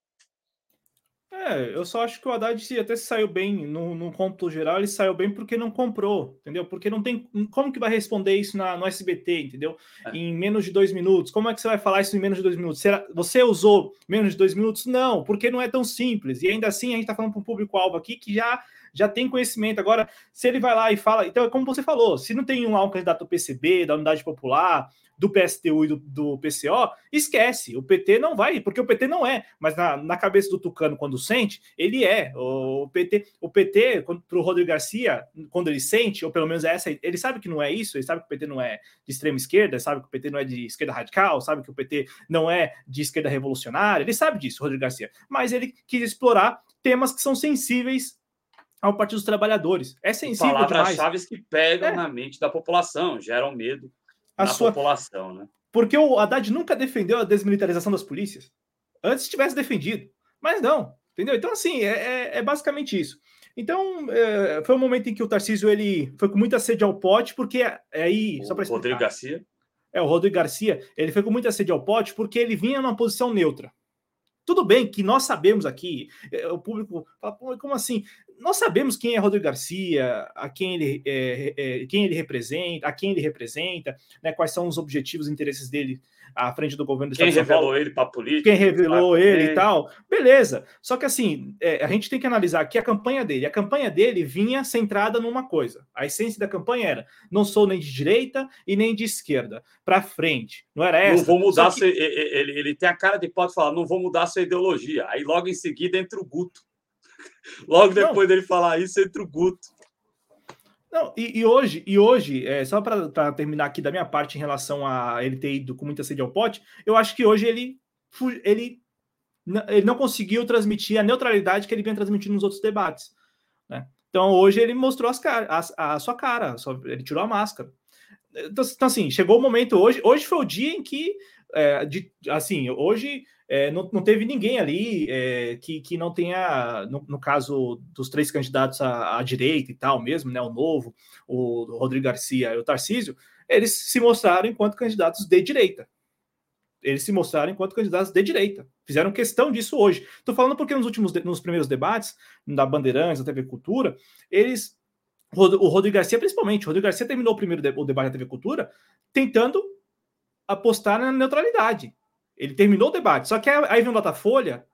Eu só acho que o Haddad até se saiu bem, no cômputo geral, ele saiu bem porque não comprou, entendeu? Porque não tem. Como que vai responder isso no SBT, entendeu? Em menos de 2 minutos. Como é que você vai falar isso em menos de 2 minutos? Você usou menos de 2 minutos? Não, porque não é tão simples. E ainda assim, a gente está falando para um público-alvo aqui que já tem conhecimento. Agora, se ele vai lá e fala. Então, é como você falou, se não tem um candidato do PCB, da Unidade Popular, do PSTU e do PCO, esquece, o PT não vai, porque o PT não é, mas na cabeça do Tucano, quando sente, ele é. O PT para o Rodrigo Garcia, quando ele sente, ou pelo menos ele sabe que não é isso, ele sabe que o PT não é de extrema esquerda, sabe que o PT não é de esquerda radical, sabe que o PT não é de esquerda revolucionária, ele sabe disso, Rodrigo Garcia, mas ele quis explorar temas que são sensíveis ao Partido dos Trabalhadores. É sensível demais. Palavras-chave que pegam na mente da população, geram medo na população, né? Porque o Haddad nunca defendeu a desmilitarização das polícias. Antes tivesse defendido, mas não, entendeu? Então, assim, é basicamente isso. Então, foi um momento em que o Tarcísio ele foi com muita sede ao pote, porque aí, só para explicar. Rodrigo Garcia? O Rodrigo Garcia, ele foi com muita sede ao pote porque ele vinha numa posição neutra. Tudo bem que nós sabemos aqui, o público fala, como assim? Nós sabemos quem é Rodrigo Garcia, quem ele representa, né, quais são os objetivos e interesses dele à frente do governo do Estado de São Paulo. Quem revelou ele para a política. Quem revelou ele e tal. Beleza. Só que assim, a gente tem que analisar aqui a campanha dele. A campanha dele vinha centrada numa coisa. A essência da campanha era, não sou nem de direita e nem de esquerda. Para frente. Não era essa. Não vou mudar, ele tem a cara de pode falar, não vou mudar sua ideologia. Aí logo em seguida entra o Guto. Logo depois dele falar isso, entra o Guto. Não, e hoje, só para terminar aqui da minha parte em relação a ele ter ido com muita sede ao pote, eu acho que hoje ele ele não conseguiu transmitir a neutralidade que ele vinha transmitindo nos outros debates, né? Então, hoje ele mostrou a sua cara, ele tirou a máscara. Então, assim, chegou o momento hoje foi o dia em que, hoje não teve ninguém ali que não tenha, no caso dos 3 candidatos à direita e tal mesmo, né, o Novo, o Rodrigo Garcia e o Tarcísio, eles se mostraram enquanto candidatos de direita. Fizeram questão disso hoje. Estou falando porque nos primeiros debates, da Bandeirantes, da TV Cultura, o Rodrigo Garcia, principalmente, o Rodrigo Garcia terminou o debate da TV Cultura tentando apostar na neutralidade. Ele terminou o debate, só que aí vem o Datafolha.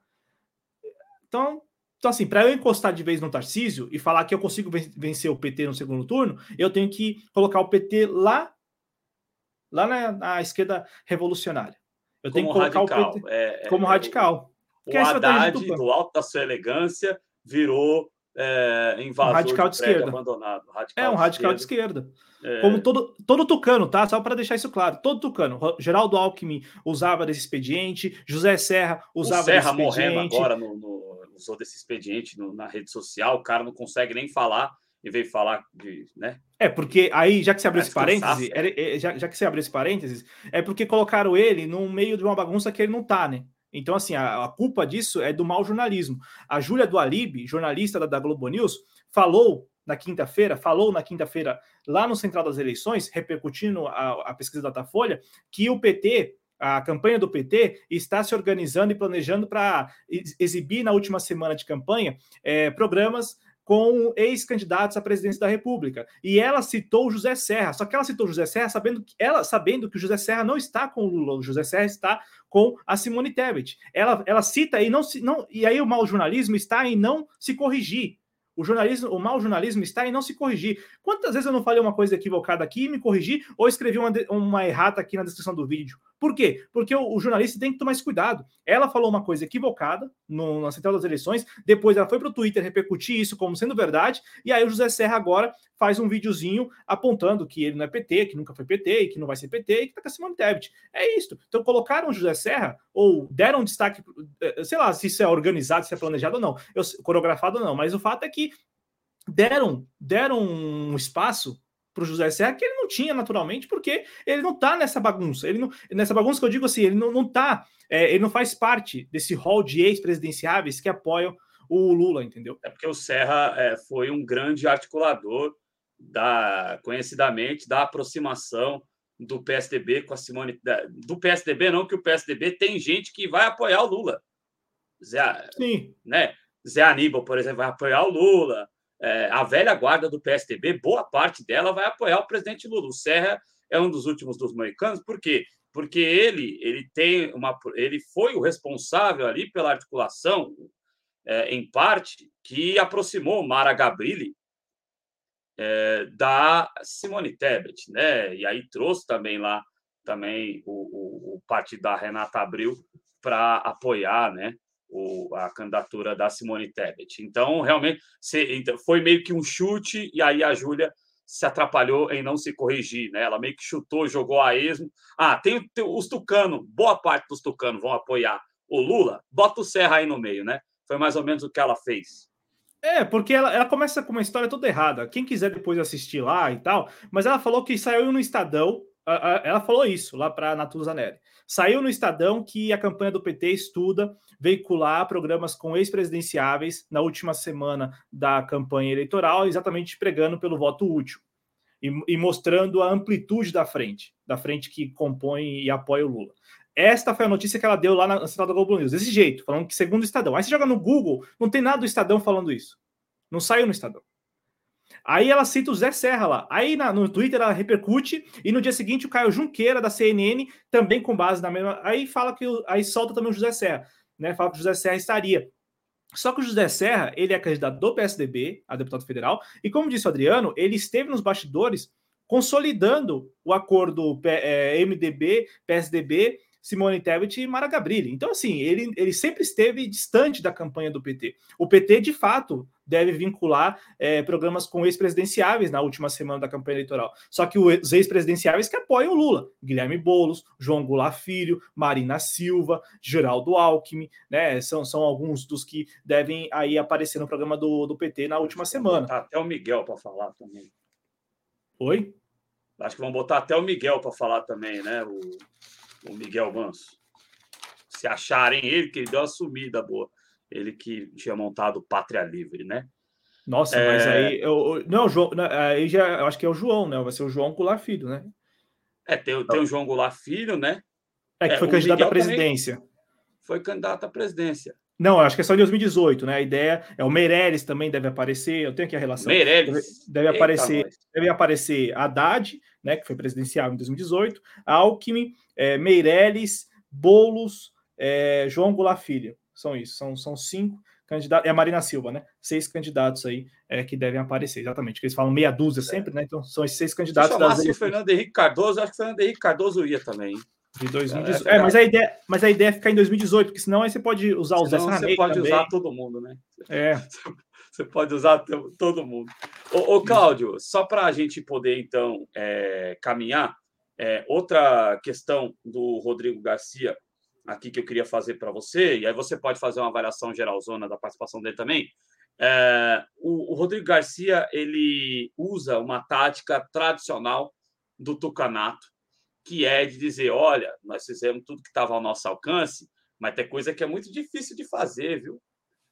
Então assim, para eu encostar de vez no Tarcísio e falar que eu consigo vencer o PT no segundo turno, eu tenho que colocar o PT lá na esquerda revolucionária. Eu tenho que colocar radical. o PT como radical. O Haddad, do alto da sua elegância, virou invasor radical de prédio abandonado. Um radical de esquerda. Como todo tucano, tá? Só para deixar isso claro. Todo tucano. Geraldo Alckmin usava desse expediente, José Serra usava desse expediente. O Serra morrendo agora usou desse expediente na rede social. O cara não consegue nem falar e veio falar de, né? Porque aí, já que você abriu esse parênteses, já que você abriu esse parênteses, é porque colocaram ele no meio de uma bagunça que ele não tá, né? Então, assim, a culpa disso é do mau jornalismo. A Júlia do Alibe, jornalista da Globo News, falou na quinta-feira, lá no Central das Eleições, repercutindo a pesquisa da Datafolha, que o PT, a campanha do PT, está se organizando e planejando para exibir na última semana de campanha programas com ex-candidatos à presidência da República. E ela citou o José Serra, só que ela citou o José Serra sabendo que o José Serra não está com o Lula, o José Serra está com a Simone Tebet. Ela cita e aí o mau jornalismo está em não se corrigir. O mau jornalismo está em não se corrigir. Quantas vezes eu não falei uma coisa equivocada aqui e me corrigi, ou escrevi uma errata aqui na descrição do vídeo? Por quê? Porque o jornalista tem que tomar esse cuidado. Ela falou uma coisa equivocada na Central das Eleições, depois ela foi para o Twitter repercutir isso como sendo verdade, e aí o José Serra agora faz um videozinho apontando que ele não é PT, que nunca foi PT, e que não vai ser PT, e que está com a Simone Tebet. É isso. Então colocaram o José Serra, ou deram destaque, sei lá se isso é organizado, se é planejado ou não, coreografado ou não, mas o fato é que deram um espaço para o José Serra que ele não tinha naturalmente, porque ele não está nessa bagunça. Nessa bagunça que eu digo assim, ele não tá, ele não faz parte desse hall de ex-presidenciáveis que apoiam o Lula, entendeu? É porque o Serra foi um grande articulador conhecidamente da aproximação do PSDB com a Simone, do PSDB não, que o PSDB tem gente que vai apoiar o Lula. Sim. Né? Zé Aníbal, por exemplo, vai apoiar o Lula. A velha guarda do PSDB, boa parte dela vai apoiar o presidente Lula. O Serra é um dos últimos dos moicanos. Por quê? Porque ele foi o responsável ali pela articulação, em parte, que aproximou Mara Gabrilli da Simone Tebet, né? E aí trouxe também o partido da Renata Abreu para apoiar, né, a candidatura da Simone Tebet. Então, realmente, foi meio que um chute, e aí a Júlia se atrapalhou em não se corrigir, né? Ela meio que chutou, jogou a esmo. Tem os tucanos, boa parte dos tucanos vão apoiar o Lula, bota o Serra aí no meio, né? Foi mais ou menos o que ela fez. Porque ela começa com uma história toda errada. Quem quiser depois assistir lá e tal, mas ela falou que saiu no Estadão, ela falou isso lá para a Natuzaneri. Saiu no Estadão que a campanha do PT estuda veicular programas com ex-presidenciáveis na última semana da campanha eleitoral, exatamente pregando pelo voto útil e mostrando a amplitude da frente que compõe e apoia o Lula. Esta foi a notícia que ela deu lá na Central da Globo News, desse jeito, falando que segundo o Estadão. Aí você joga no Google, não tem nada do Estadão falando isso. Não saiu no Estadão. Aí ela cita o Zé Serra lá. Aí no Twitter ela repercute, e no dia seguinte o Caio Junqueira, da CNN, também com base na mesma... Aí solta também o José Serra, né? Fala que o José Serra estaria. Só que o José Serra, ele é candidato do PSDB a deputado federal, e como disse o Adriano, ele esteve nos bastidores consolidando o acordo MDB, PSDB, Simone Tebet e Mara Gabrilli. Então, assim, ele sempre esteve distante da campanha do PT. O PT, de fato, deve vincular programas com ex-presidenciáveis na última semana da campanha eleitoral. Só que os ex-presidenciáveis que apoiam o Lula, Guilherme Boulos, João Goulart Filho, Marina Silva, Geraldo Alckmin, né? São alguns dos que devem aí aparecer no programa do PT na última semana. Tá até o Miguel para falar também. Oi? Acho que vão botar até o Miguel para falar também, né? O Miguel Manso. Se acharem ele, que ele deu uma sumida boa. Ele que tinha montado Pátria Livre, né? Nossa, mas aí... não, João, aí eu acho que é o João, né? Vai ser o João Goulart Filho, né? Tem o João Goulart Filho, né? Que foi candidato à presidência. Foi candidato à presidência. Não, acho que é só em 2018, né? A ideia é o Meirelles também deve aparecer. Eu tenho aqui a relação. Meirelles. Deve aparecer Haddad, né? Que foi presidencial em 2018, Alckmin, Meirelles, Boulos, João Goulart Filho. São isso, são 5 candidatos. É a Marina Silva, né? 6 candidatos aí que devem aparecer, exatamente. Porque eles falam meia dúzia sempre, né? Então são esses 6 candidatos. Se chamasse o Fernando Henrique Cardoso, acho que o Fernando Henrique Cardoso ia também. De 2018. Mas a ideia é ficar em 2018, porque senão aí você pode usar os Zé Sarney. Você pode também. usar todo mundo, né? Você pode usar todo mundo. Ô Cláudio, só para a gente poder, então, caminhar, outra questão do Rodrigo Garcia aqui que eu queria fazer para você, e aí você pode fazer uma avaliação geralzona da participação dele também. O Rodrigo Garcia, ele usa uma tática tradicional do tucanato, que é de dizer, olha, nós fizemos tudo que estava ao nosso alcance, mas tem coisa que é muito difícil de fazer, viu?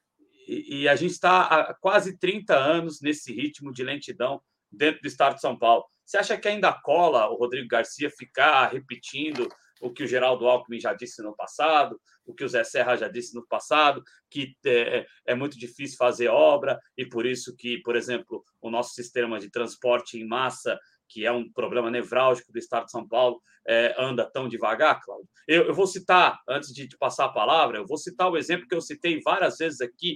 E a gente está há quase 30 anos nesse ritmo de lentidão dentro do estado de São Paulo. Você acha que ainda cola o Rodrigo Garcia ficar repetindo o que o Geraldo Alckmin já disse no passado, o que o Zé Serra já disse no passado, que é muito difícil fazer obra e por isso que, por exemplo, o nosso sistema de transporte em massa, que é um problema nevrálgico do estado de São Paulo, anda tão devagar, Cláudio? Eu vou citar, antes de te passar a palavra, eu vou citar o exemplo que eu citei várias vezes aqui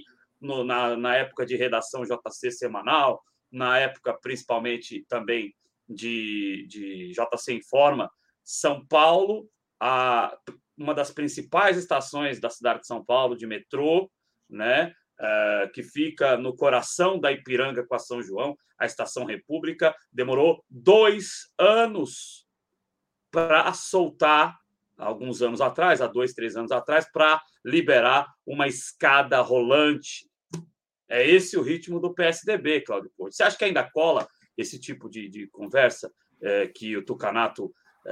na época de redação JC semanal, na época principalmente também de JC Informa. São Paulo, uma das principais estações da cidade de São Paulo de metrô, né? Que fica no coração da Ipiranga com a São João, a Estação República, demorou 2 anos para soltar, alguns anos atrás, há 2, 3 anos atrás, para liberar uma escada rolante. É esse o ritmo do PSDB, Cláudio Porto. Você acha que ainda cola esse tipo de conversa que o tucanato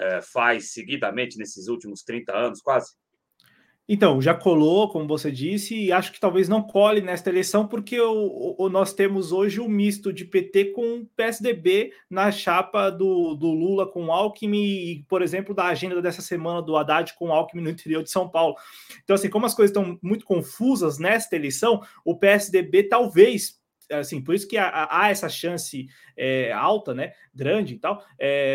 faz seguidamente nesses últimos 30 anos, quase? Então, já colou, como você disse, e acho que talvez não cole nesta eleição, porque nós temos hoje um misto de PT com PSDB na chapa do Lula com Alckmin e, por exemplo, da agenda dessa semana do Haddad com Alckmin no interior de São Paulo. Então, assim, como as coisas estão muito confusas nesta eleição, o PSDB talvez... Assim, por isso que há essa chance alta, né, grande e tal,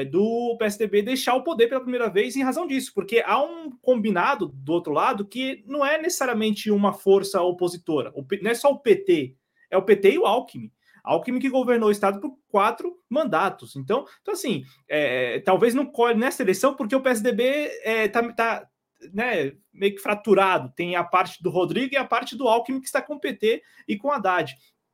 do PSDB deixar o poder pela primeira vez em razão disso, porque há um combinado do outro lado que não é necessariamente uma força opositora, não é só o PT, é o PT e o Alckmin. Alckmin que governou o estado por 4 mandatos. Então assim, talvez não colhe nessa eleição, porque o PSDB tá né, meio que fraturado. Tem a parte do Rodrigo e a parte do Alckmin que está com o PT e com o Haddad.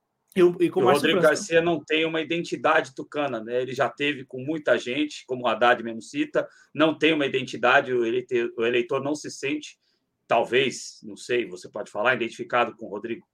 O Rodrigo Garcia não tem uma identidade tucana, né? Ele já teve com muita gente, como o Haddad mesmo cita, não tem uma identidade, o eleitor não se sente, talvez, não sei, você pode falar, identificado com o Rodrigo.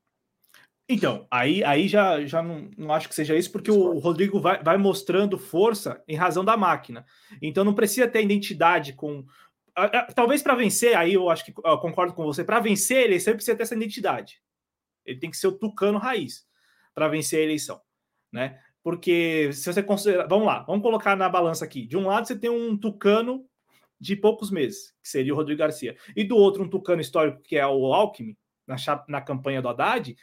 Então, aí já não acho que seja isso, porque o Rodrigo vai mostrando força em razão da máquina. Então não precisa ter identidade com... Talvez para vencer, aí eu acho que eu concordo com você, para vencer a eleição ele precisa ter essa identidade. Ele tem que ser o tucano raiz para vencer a eleição, né? Porque se você considerar... Vamos lá, vamos colocar na balança aqui. De um lado você tem um tucano de poucos meses, que seria o Rodrigo Garcia. E do outro um tucano histórico, que é o Alckmin, na campanha do Haddad.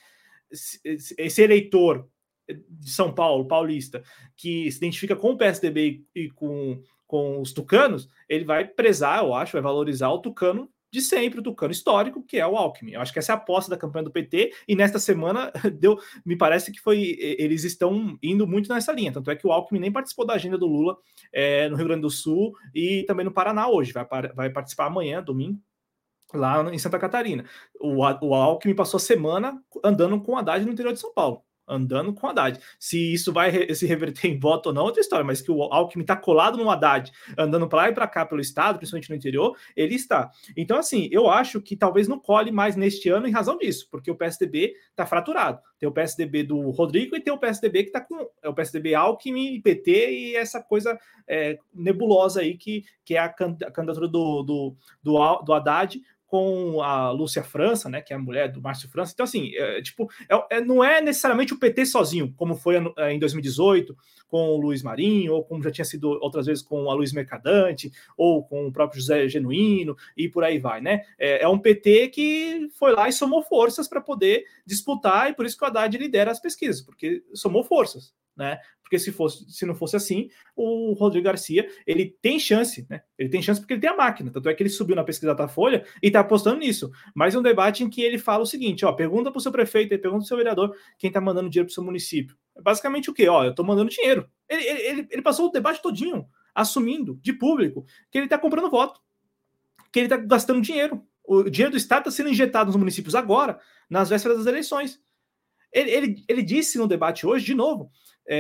Esse eleitor de São Paulo, paulista, que se identifica com o PSDB e com os tucanos, ele vai prezar, eu acho, vai valorizar o tucano de sempre, o tucano histórico, que é o Alckmin. Eu acho que essa é a aposta da campanha do PT, e nesta semana me parece que eles estão indo muito nessa linha, tanto é que o Alckmin nem participou da agenda do Lula no Rio Grande do Sul e também no Paraná hoje, vai participar amanhã, domingo, lá em Santa Catarina. O Alckmin passou a semana andando com o Haddad no interior de São Paulo. Andando com o Haddad. Se isso vai se reverter em voto ou não, é outra história, mas que o Alckmin está colado no Haddad, andando para lá e para cá pelo estado, principalmente no interior, ele está. Então, assim, eu acho que talvez não cole mais neste ano em razão disso, porque o PSDB está fraturado. Tem o PSDB do Rodrigo e tem o PSDB que está com o PSDB Alckmin, PT e essa coisa nebulosa aí que é a candidatura do Haddad com a Lúcia França, né, que é a mulher do Márcio França. Então, assim, não é necessariamente o PT sozinho, como foi em 2018 com o Luiz Marinho, ou como já tinha sido outras vezes com a Luiz Mercadante, ou com o próprio José Genuíno, e por aí vai, né? É um PT que foi lá e somou forças para poder disputar, e por isso que o Haddad lidera as pesquisas, porque somou forças, né? Porque se não fosse assim, o Rodrigo Garcia, ele tem chance, né? Ele tem chance porque ele tem a máquina, tanto é que ele subiu na pesquisa da Folha e está apostando nisso. Mas é um debate em que ele fala o seguinte, pergunta para o seu prefeito, pergunta para o seu vereador quem está mandando dinheiro para o seu município. É basicamente o quê? Eu estou mandando dinheiro. Ele passou o debate todinho assumindo, de público, que ele está comprando voto, que ele está gastando dinheiro. O dinheiro do Estado está sendo injetado nos municípios agora, nas vésperas das eleições. Ele disse no debate hoje, de novo,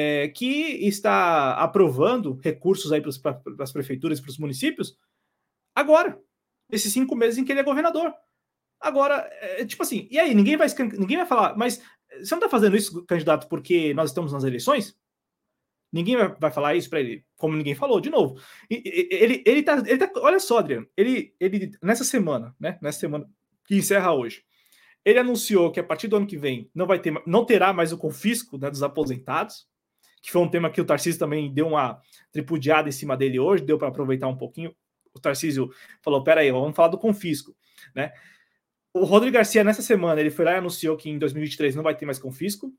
que está aprovando recursos aí para as prefeituras e para os municípios agora, esses 5 meses em que ele é governador. Agora, tipo assim, e aí, ninguém vai falar, mas você não está fazendo isso, candidato, porque nós estamos nas eleições? Ninguém vai falar isso para ele, como ninguém falou, de novo. Ele tá, olha só, Adriano, ele nessa semana, né, nessa semana que encerra hoje, ele anunciou que a partir do ano que vem não terá mais o confisco, né, dos aposentados, que foi um tema que o Tarcísio também deu uma tripudiada em cima dele hoje, deu para aproveitar um pouquinho. O Tarcísio falou, peraí, vamos falar do confisco, né? O Rodrigo Garcia, nessa semana, ele foi lá e anunciou que em 2023 não vai ter mais confisco.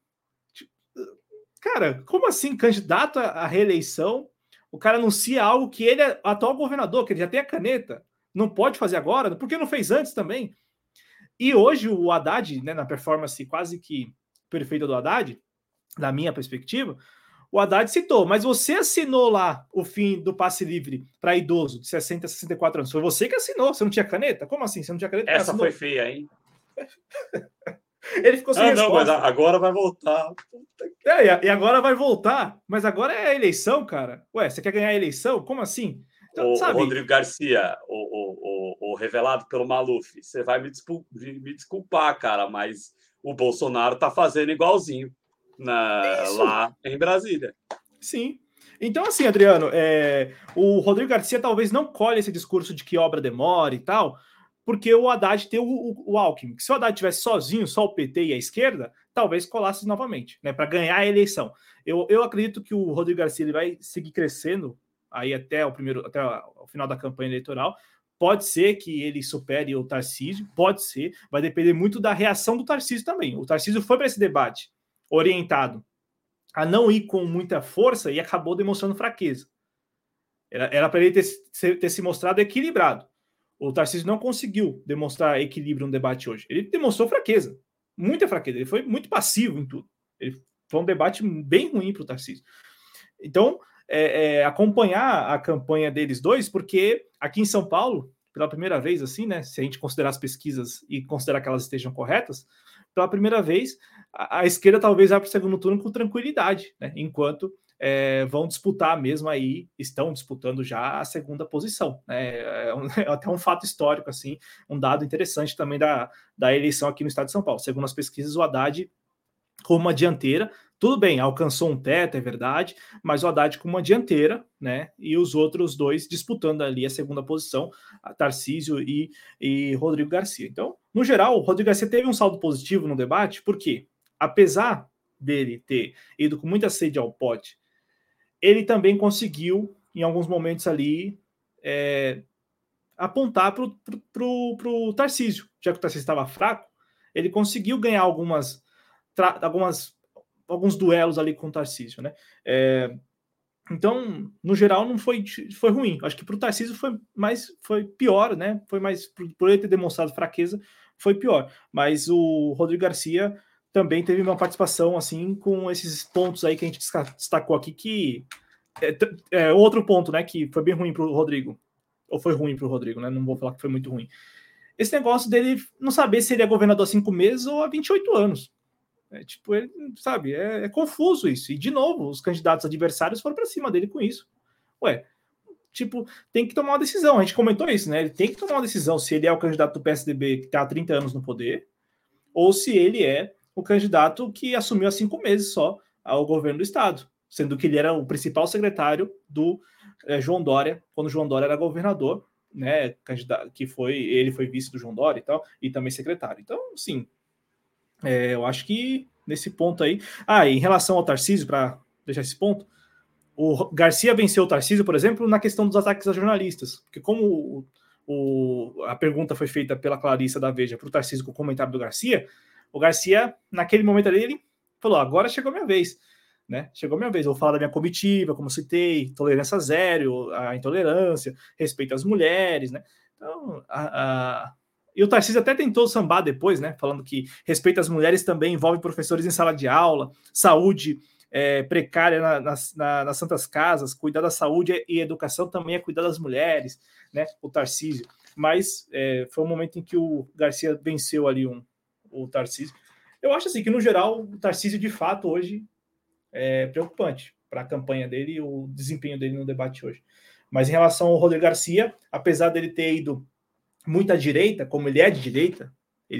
Cara, como assim, candidato à reeleição, o cara anuncia algo que ele é atual governador, que ele já tem a caneta, não pode fazer agora, porque não fez antes também. E hoje o Haddad, né, na performance quase que perfeita do Haddad, na minha perspectiva, o Haddad citou, mas você assinou lá o fim do passe livre para idoso de 60 a 64 anos. Foi você que assinou, você não tinha caneta? Como assim? Você não tinha caneta? Essa foi feia, hein? Ele ficou sem resposta. Não, mas agora vai voltar. E agora vai voltar, mas agora é a eleição, cara. Ué, você quer ganhar a eleição? Como assim? Então, o Rodrigo Garcia, o revelado pelo Maluf, você vai me desculpar, cara, mas o Bolsonaro tá fazendo igualzinho lá em Brasília. Sim. Então, assim, Adriano, o Rodrigo Garcia talvez não colhe esse discurso de que obra demora e tal, porque o Haddad tem o Alckmin. Se o Haddad tivesse sozinho, só o PT e a esquerda, talvez colasse novamente, né, para ganhar a eleição. Eu acredito que o Rodrigo Garcia ele vai seguir crescendo aí até o final da campanha eleitoral. Pode ser que ele supere o Tarcísio, pode ser, vai depender muito da reação do Tarcísio também. O Tarcísio foi para esse debate orientado a não ir com muita força e acabou demonstrando fraqueza. Era para ele ter se mostrado equilibrado. O Tarcísio não conseguiu demonstrar equilíbrio no debate hoje. Ele demonstrou fraqueza, muita fraqueza. Ele foi muito passivo em tudo. Foi um debate bem ruim para o Tarcísio. Então, acompanhar a campanha deles dois, porque aqui em São Paulo, pela primeira vez, assim, né? Se a gente considerar as pesquisas e considerar que elas estejam corretas, pela primeira vez, a esquerda talvez vá para o segundo turno com tranquilidade, né? Enquanto vão disputar mesmo aí, estão disputando já a segunda posição. Né? É até um fato histórico, assim, um dado interessante também da eleição aqui no estado de São Paulo. Segundo as pesquisas, o Haddad com uma dianteira, tudo bem, alcançou um teto, é verdade, mas o Haddad com uma dianteira, né? E os outros dois disputando ali a segunda posição, a Tarcísio e Rodrigo Garcia. Então, no geral, o Rodrigo Garcia teve um saldo positivo no debate, porque, apesar dele ter ido com muita sede ao pote, ele conseguiu, em alguns momentos ali, apontar para o Tarcísio. Já que o Tarcísio estava fraco, ele conseguiu ganhar alguns duelos ali com o Tarcísio, né? Então, no geral, não foi ruim. Acho que para o Tarcísio foi pior, né? Foi mais por ele ter demonstrado fraqueza, foi pior. Mas o Rodrigo Garcia também teve uma participação assim com esses pontos aí que a gente destacou aqui, que outro ponto, né? Que foi bem ruim para o Rodrigo, ou foi ruim para o Rodrigo, né? Não vou falar que foi muito ruim. Esse negócio dele não saber se ele é governador há 5 meses ou há 28 anos. Tipo, ele, sabe, é confuso isso. E, de novo, os candidatos adversários foram para cima dele com isso. Ué, tipo, tem que tomar uma decisão. A gente comentou isso, né? Ele tem que tomar uma decisão se ele é o candidato do PSDB que está há 30 anos no poder, ou se ele é o candidato que assumiu há 5 meses só ao governo do Estado, sendo que ele era o principal secretário do João Dória, quando o João Dória era governador, né? Candidato, ele foi vice do João Dória e tal, e também secretário. Então, sim, eu acho que nesse ponto aí. Em relação ao Tarcísio, para deixar esse ponto, o Garcia venceu o Tarcísio, por exemplo, na questão dos ataques a jornalistas. Porque como a pergunta foi feita pela Clarissa da Veja para o Tarcísio com o comentário do Garcia, o Garcia, naquele momento ali, ele falou: agora chegou a minha vez. Né? Chegou a minha vez. Eu vou falar da minha comitiva, como citei, tolerância zero, a intolerância, respeito às mulheres. Né? Então, e o Tarcísio até tentou sambar depois, né? Falando que respeito às mulheres também envolve professores em sala de aula, saúde precária nas santas casas, cuidar da saúde e educação também é cuidar das mulheres, né? O Tarcísio. Mas foi um momento em que o Garcia venceu ali o Tarcísio. Eu acho assim que, no geral, o Tarcísio, de fato, hoje é preocupante para a campanha dele e o desempenho dele no debate hoje. Mas em relação ao Rodrigo Garcia, apesar dele ter ido muito à direita, como ele é de direita,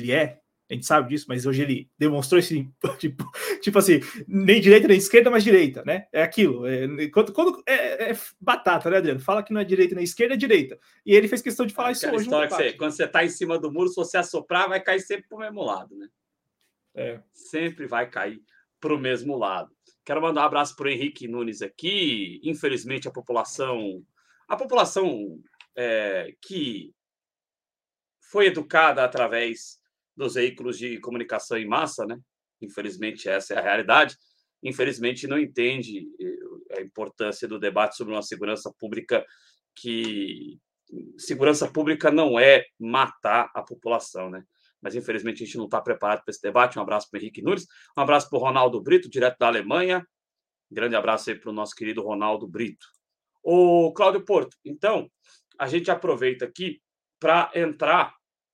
a gente sabe disso, mas hoje ele demonstrou esse tipo assim, nem direita nem esquerda, mas direita, né? É aquilo. Quando é batata, né, Adriano? Fala que não é direita nem esquerda, é direita. E ele fez questão de falar isso hoje. Quando você está em cima do muro, se você assoprar, vai cair sempre para o mesmo lado, né? Sempre vai cair para o mesmo lado. Quero mandar um abraço para o Henrique Nunes aqui. Infelizmente, a população que foi educada através dos veículos de comunicação em massa, né? Infelizmente, essa é a realidade. Infelizmente, não entende a importância do debate sobre uma segurança pública, que segurança pública não é matar a população, né? Mas, infelizmente, a gente não está preparado para esse debate. Um abraço para o Henrique Nunes, um abraço para o Ronaldo Brito, direto da Alemanha. Um grande abraço aí para o nosso querido Ronaldo Brito. O Cláudio Porto, então, a gente aproveita aqui para entrar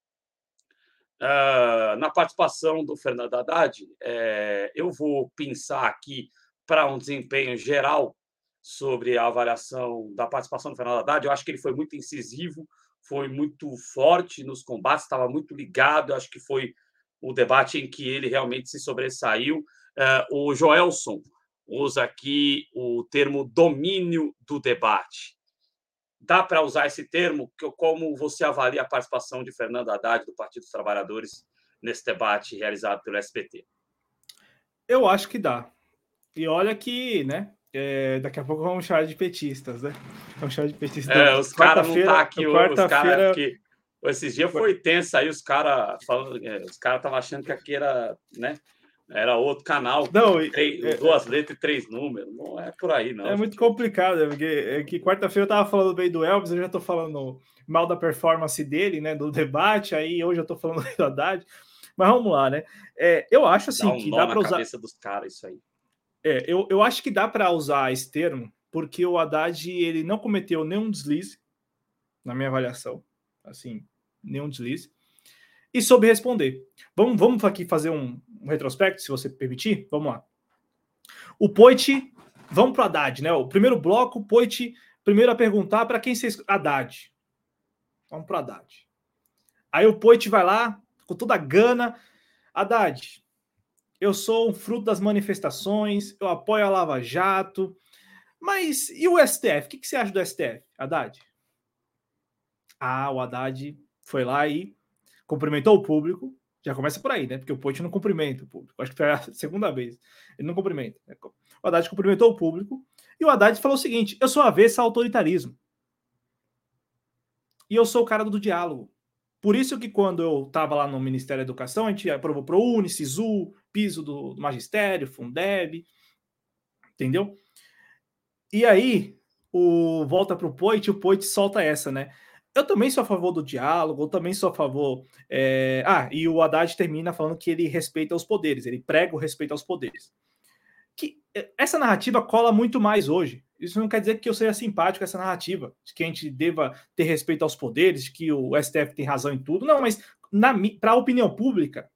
na participação do Fernando Haddad. Eu vou pensar aqui para um desempenho geral sobre a avaliação da participação do Fernando Haddad. Eu acho que ele foi muito incisivo, foi muito forte nos combates, estava muito ligado. Eu acho que foi o debate em que ele realmente se sobressaiu. O Joelson usa aqui o termo domínio do debate. Dá para usar esse termo? Como você avalia a participação de Fernando Haddad, do Partido dos Trabalhadores, nesse debate realizado pelo SBT? Eu acho que dá. E olha que, né? Daqui a pouco vamos chamar de petistas, né? Vamos chamar de petistas. Os caras não tá aqui hoje. Quarta-feira. Esses dias foi tenso aí, os caras estavam achando que aqui era, né? Era outro canal, não, 2 letras e 3 números. Não é por aí, não. É muito complicado, porque que quarta-feira eu tava falando bem do Elvis, eu já tô falando mal da performance dele, né? Do debate, aí hoje eu tô falando do Haddad. Mas vamos lá, né? Eu acho assim que dá para usar. Cabeça dos caras, isso aí. Eu acho que dá para usar esse termo, porque o Haddad ele não cometeu nenhum deslize, na minha avaliação, assim, nenhum deslize, e soube responder. Vamos aqui fazer um retrospecto, se você permitir? Vamos lá. O Poit, vamos para o Haddad, né? O primeiro bloco, o Poit, primeiro a perguntar para quem vocês. Haddad. Vamos para o Haddad. Aí o Poit vai lá, com toda a gana. Haddad, eu sou um fruto das manifestações, eu apoio a Lava Jato, mas e o STF? O que você acha do STF, Haddad? O Haddad foi lá e cumprimentou o público. Já começa por aí, né? Porque o Poit não cumprimenta o público. Acho que foi a segunda vez. Ele não cumprimenta. O Haddad cumprimentou o público e o Haddad falou o seguinte: eu sou avesso ao autoritarismo. E eu sou o cara do diálogo. Por isso que quando eu estava lá no Ministério da Educação, a gente aprovou ProUni, SISU, piso do magistério, Fundeb, entendeu? E aí, volta para o Poit solta essa, né? Eu também sou a favor do diálogo, eu também sou a favor. E o Haddad termina falando que ele respeita os poderes, ele prega o respeito aos poderes. Essa narrativa cola muito mais hoje. Isso não quer dizer que eu seja simpático com essa narrativa, de que a gente deva ter respeito aos poderes, de que o STF tem razão em tudo. Não, mas para a opinião pública,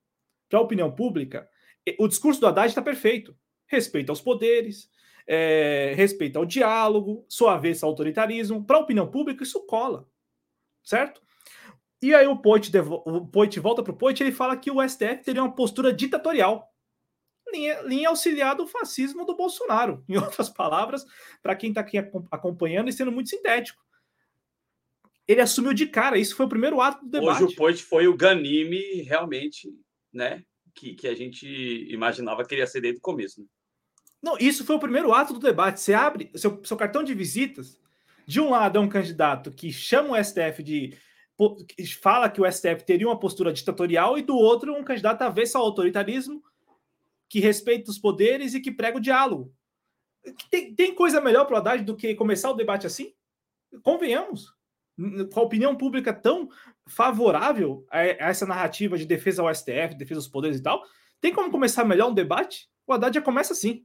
o discurso do Haddad está perfeito. Respeito aos poderes, respeito ao diálogo, sua vez ao autoritarismo. Para a opinião pública, isso cola, certo? E aí o Poit volta para o Poit, ele fala que o STF teria uma postura ditatorial, linha auxiliar do fascismo do Bolsonaro. Em outras palavras, para quem está aqui acompanhando e sendo muito sintético, ele assumiu de cara, isso foi o primeiro ato do debate. Hoje o Poit foi o Ganime realmente, né, que a gente imaginava que ele ia ser desde o começo. Né? Não, isso foi o primeiro ato do debate. Você abre seu cartão de visitas, de um lado é um candidato que chama o STF que fala que o STF teria uma postura ditatorial, e do outro um candidato avesso ao autoritarismo, que respeita os poderes e que prega o diálogo. Tem coisa melhor para o Haddad do que começar o debate assim? Convenhamos. Com a opinião pública tão favorável a essa narrativa de defesa ao STF, defesa dos poderes e tal, tem como começar melhor um debate? O Haddad já começa assim.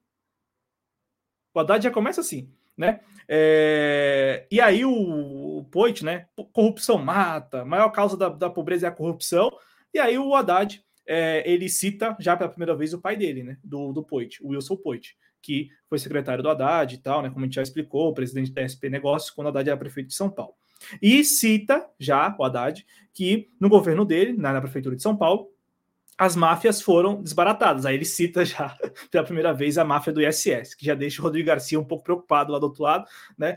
Né? E aí o Poit, né? Corrupção mata, a maior causa da pobreza é a corrupção. E aí o Haddad, ele cita já pela primeira vez o pai dele, né? Do Poit, o Wilson Poit, que foi secretário do Haddad e tal, né? Como a gente já explicou, presidente da SP Negócios, quando o Haddad era prefeito de São Paulo. E cita já o Haddad que no governo dele, na prefeitura de São Paulo, as máfias foram desbaratadas. Aí ele cita já pela primeira vez a máfia do ISS, que já deixa o Rodrigo Garcia um pouco preocupado lá do outro lado, né?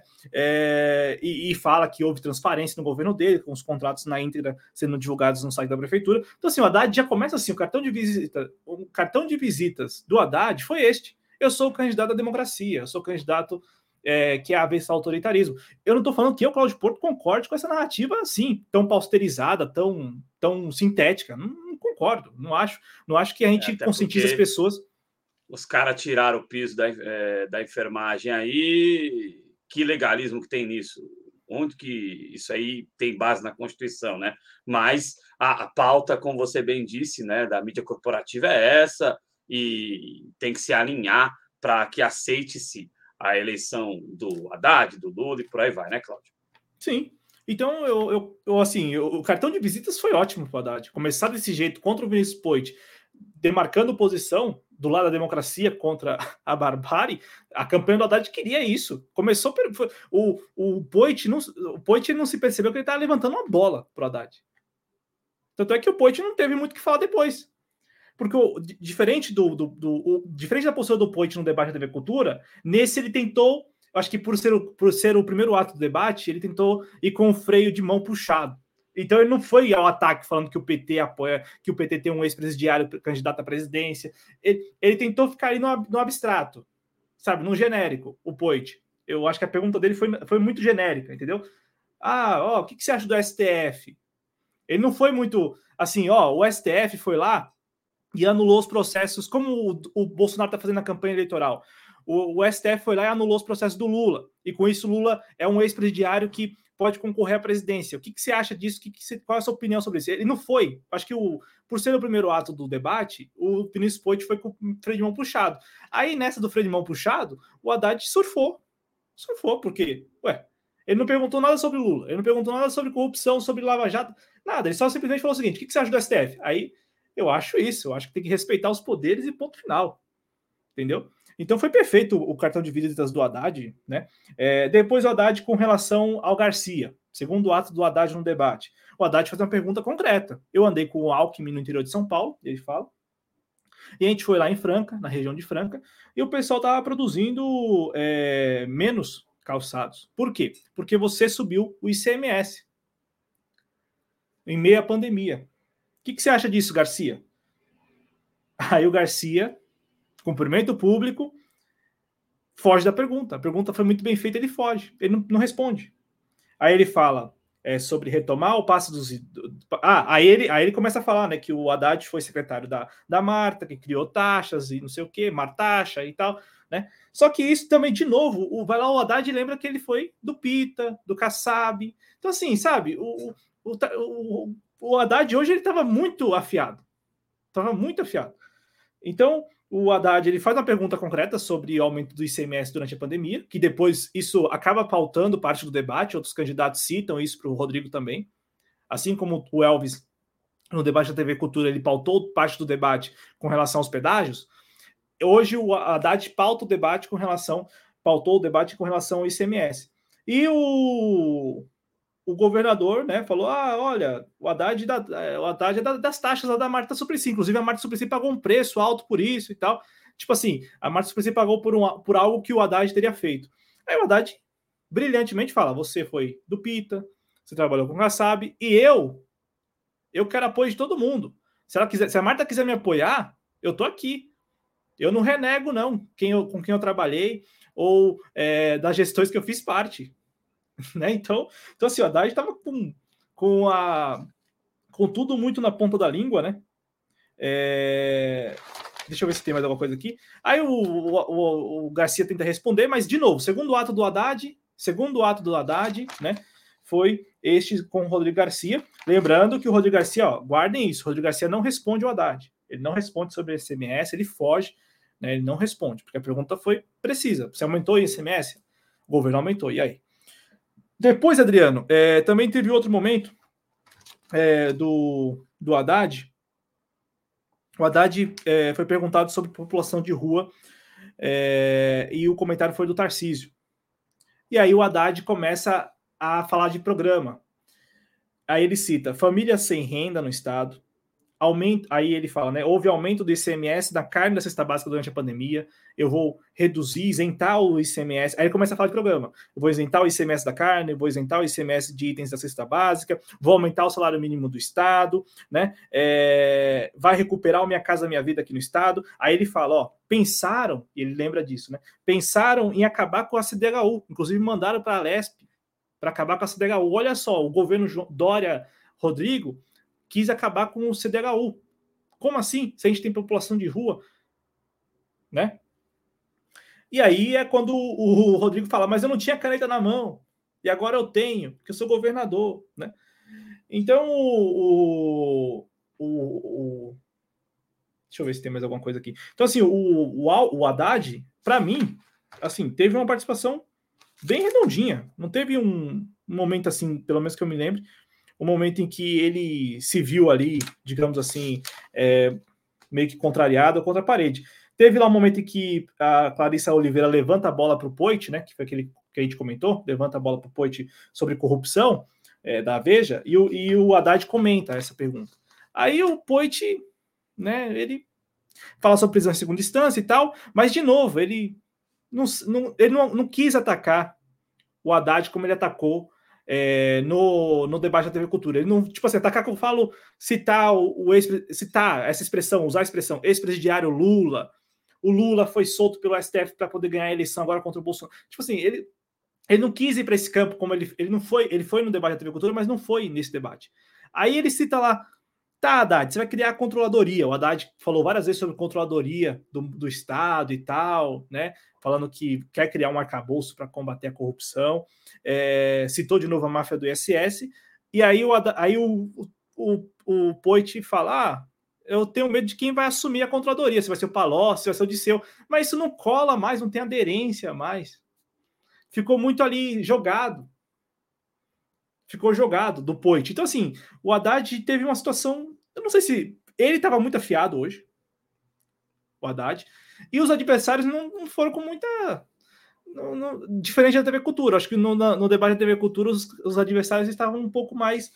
E fala que houve transparência no governo dele, com os contratos na íntegra sendo divulgados no site da prefeitura. Então, assim, o Haddad já começa assim: o cartão de visitas do Haddad foi este. Eu sou o candidato à democracia, eu sou o candidato que é avesso ao autoritarismo. Eu não estou falando que eu, Cláudio Porto, concorde com essa narrativa assim, tão pausterizada, tão sintética. Não concordo. Não acho que a gente conscientiza as pessoas. Os caras tiraram o piso da enfermagem aí. Que legalismo que tem nisso? Onde que isso aí tem base na Constituição, né? Mas a pauta, como você bem disse, né, da mídia corporativa é essa, e tem que se alinhar para que aceite-se a eleição do Haddad, do Lula e por aí vai, né, Cláudio? Sim. Então, o cartão de visitas foi ótimo para o Haddad. Começar desse jeito contra o Vinícius Poit, demarcando posição do lado da democracia contra a barbárie, a campanha do Haddad queria isso. Começou o Poit não se percebeu que ele estava levantando uma bola para o Haddad. Tanto é que o Poit não teve muito o que falar depois. Porque diferente da postura do Poit no debate da TV Cultura, nesse ele tentou, acho que por ser o primeiro ato do debate, ele tentou ir com o freio de mão puxado. Então ele não foi ao ataque falando que o PT apoia, que o PT tem um ex-presidiário candidato à presidência. Ele tentou ficar aí no abstrato, sabe, no genérico, o Poit. Eu acho que a pergunta dele foi muito genérica, entendeu? O que você acha do STF? Ele não foi muito assim, o STF foi lá e anulou os processos, como o Bolsonaro está fazendo na campanha eleitoral. O STF foi lá e anulou os processos do Lula. E com isso, Lula é um ex-presidiário que pode concorrer à presidência. O que você acha disso? Qual é a sua opinião sobre isso? Ele não foi. Acho que por ser o primeiro ato do debate, o Vinícius Poit foi com o freio de mão puxado. Aí, nessa do freio de mão puxado, o Haddad surfou. Porque, ele não perguntou nada sobre Lula, ele não perguntou nada sobre corrupção, sobre Lava Jato, nada. Ele só simplesmente falou o seguinte: o que você acha do STF? Aí, eu acho que tem que respeitar os poderes e ponto final. Entendeu? Então foi perfeito o cartão de visitas do Haddad, né? Depois o Haddad com relação ao Garcia, segundo ato do Haddad no debate. O Haddad faz uma pergunta concreta. Eu andei com o Alckmin no interior de São Paulo, ele fala, e a gente foi lá em Franca, na região de Franca, e o pessoal estava produzindo menos calçados. Por quê? Porque você subiu o ICMS em meio à pandemia. O que você acha disso, Garcia? Aí o Garcia, cumprimento público, foge da pergunta. A pergunta foi muito bem feita, ele foge. Ele não responde. Aí ele fala, sobre retomar o passe dos... Aí ele começa a falar, né, que o Haddad foi secretário da Marta, que criou taxas e não sei o quê, Martaxa e tal, né? Só que isso também, de novo, vai lá o Haddad lembra que ele foi do Pita, do Kassab. Então, assim, sabe, o Haddad hoje ele estava muito afiado. Então, o Haddad ele faz uma pergunta concreta sobre o aumento do ICMS durante a pandemia, que depois isso acaba pautando parte do debate, outros candidatos citam isso para o Rodrigo também, assim como o Elvis, no debate da TV Cultura, ele pautou parte do debate com relação aos pedágios. Hoje o Haddad pautou o debate com relação ao ICMS. E o governador, né, falou, olha, o Haddad é das taxas lá da Marta Suplicy, inclusive a Marta Suplicy pagou um preço alto por isso e tal. Tipo assim, a Marta Suplicy pagou por algo que o Haddad teria feito. Aí o Haddad brilhantemente fala, você foi do Pita, você trabalhou com o Kassab, e eu quero apoio de todo mundo. Se a Marta quiser me apoiar, eu tô aqui. Eu não renego, não, com quem eu trabalhei, ou das gestões que eu fiz parte. Né? Então assim, o Haddad estava com tudo muito na ponta da língua, né? Deixa eu ver se tem mais alguma coisa aqui. Aí o Garcia tenta responder, mas, de novo, segundo ato do Haddad, né, foi este com o Rodrigo Garcia. Lembrando que o Rodrigo Garcia, guardem isso, o Rodrigo Garcia não responde ao Haddad. Ele não responde sobre o ICMS, ele foge, né, ele não responde, porque a pergunta foi precisa. Você aumentou o ICMS? O governo aumentou, e aí? Depois, Adriano, também teve outro momento do Haddad. O Haddad foi perguntado sobre população de rua e o comentário foi do Tarcísio. E aí o Haddad começa a falar de programa. Aí ele cita famílias sem renda no estado, aí ele fala, né? Houve aumento do ICMS da carne da cesta básica durante a pandemia. Eu vou reduzir, isentar o ICMS. Aí ele começa a falar de programa. Eu vou isentar o ICMS da carne, eu vou isentar o ICMS de itens da cesta básica, vou aumentar o salário mínimo do Estado, né? Vai recuperar o Minha Casa Minha Vida aqui no Estado. Aí ele fala, pensaram, e ele lembra disso, né? Pensaram em acabar com a CDHU. Inclusive mandaram para a Alesp para acabar com a CDHU. Olha só, o governo Dória Rodrigo quis acabar com o CDHU. Como assim? Se a gente tem população de rua, né? E aí é quando o Rodrigo fala, mas eu não tinha caneta na mão, e agora eu tenho, porque eu sou governador, né? Então, deixa eu ver se tem mais alguma coisa aqui. Então, assim, o Haddad, para mim, assim, teve uma participação bem redondinha. Não teve um momento assim, pelo menos que eu me lembre, um momento em que ele se viu ali, digamos assim, meio que contrariado ou contra a parede. Teve lá um momento em que a Clarissa Oliveira levanta a bola para o Poit, né, que foi aquele que a gente comentou, levanta a bola para o Poit sobre corrupção da Veja, e o Haddad comenta essa pergunta. Aí o Poit, né, ele fala sobre prisão em segunda instância e tal, mas, de novo, ele não quis atacar o Haddad como ele atacou no debate da TV Cultura. Ele não, tipo assim, atacar que eu falo, citar essa expressão, usar a expressão ex-presidiário Lula. O Lula foi solto pelo STF para poder ganhar a eleição agora contra o Bolsonaro. Tipo assim, ele não quis ir para esse campo, como ele não foi, ele foi no debate da TV Cultura, mas não foi nesse debate. Aí ele cita lá, tá, Haddad, você vai criar a controladoria. O Haddad falou várias vezes sobre controladoria do Estado e tal, né? Falando que quer criar um arcabouço para combater a corrupção. Citou de novo a máfia do ISS. E aí o Poit fala, eu tenho medo de quem vai assumir a controladoria, se vai ser o Palocci, se vai ser o Disseu. Mas isso não cola mais, não tem aderência mais. Ficou muito ali jogado. Ficou jogado do Poit. Então, assim, o Haddad teve uma situação... Eu não sei se... Ele estava muito afiado hoje, o Haddad, e os adversários não foram com muita... diferente da TV Cultura. Acho que no debate da TV Cultura os adversários estavam um pouco mais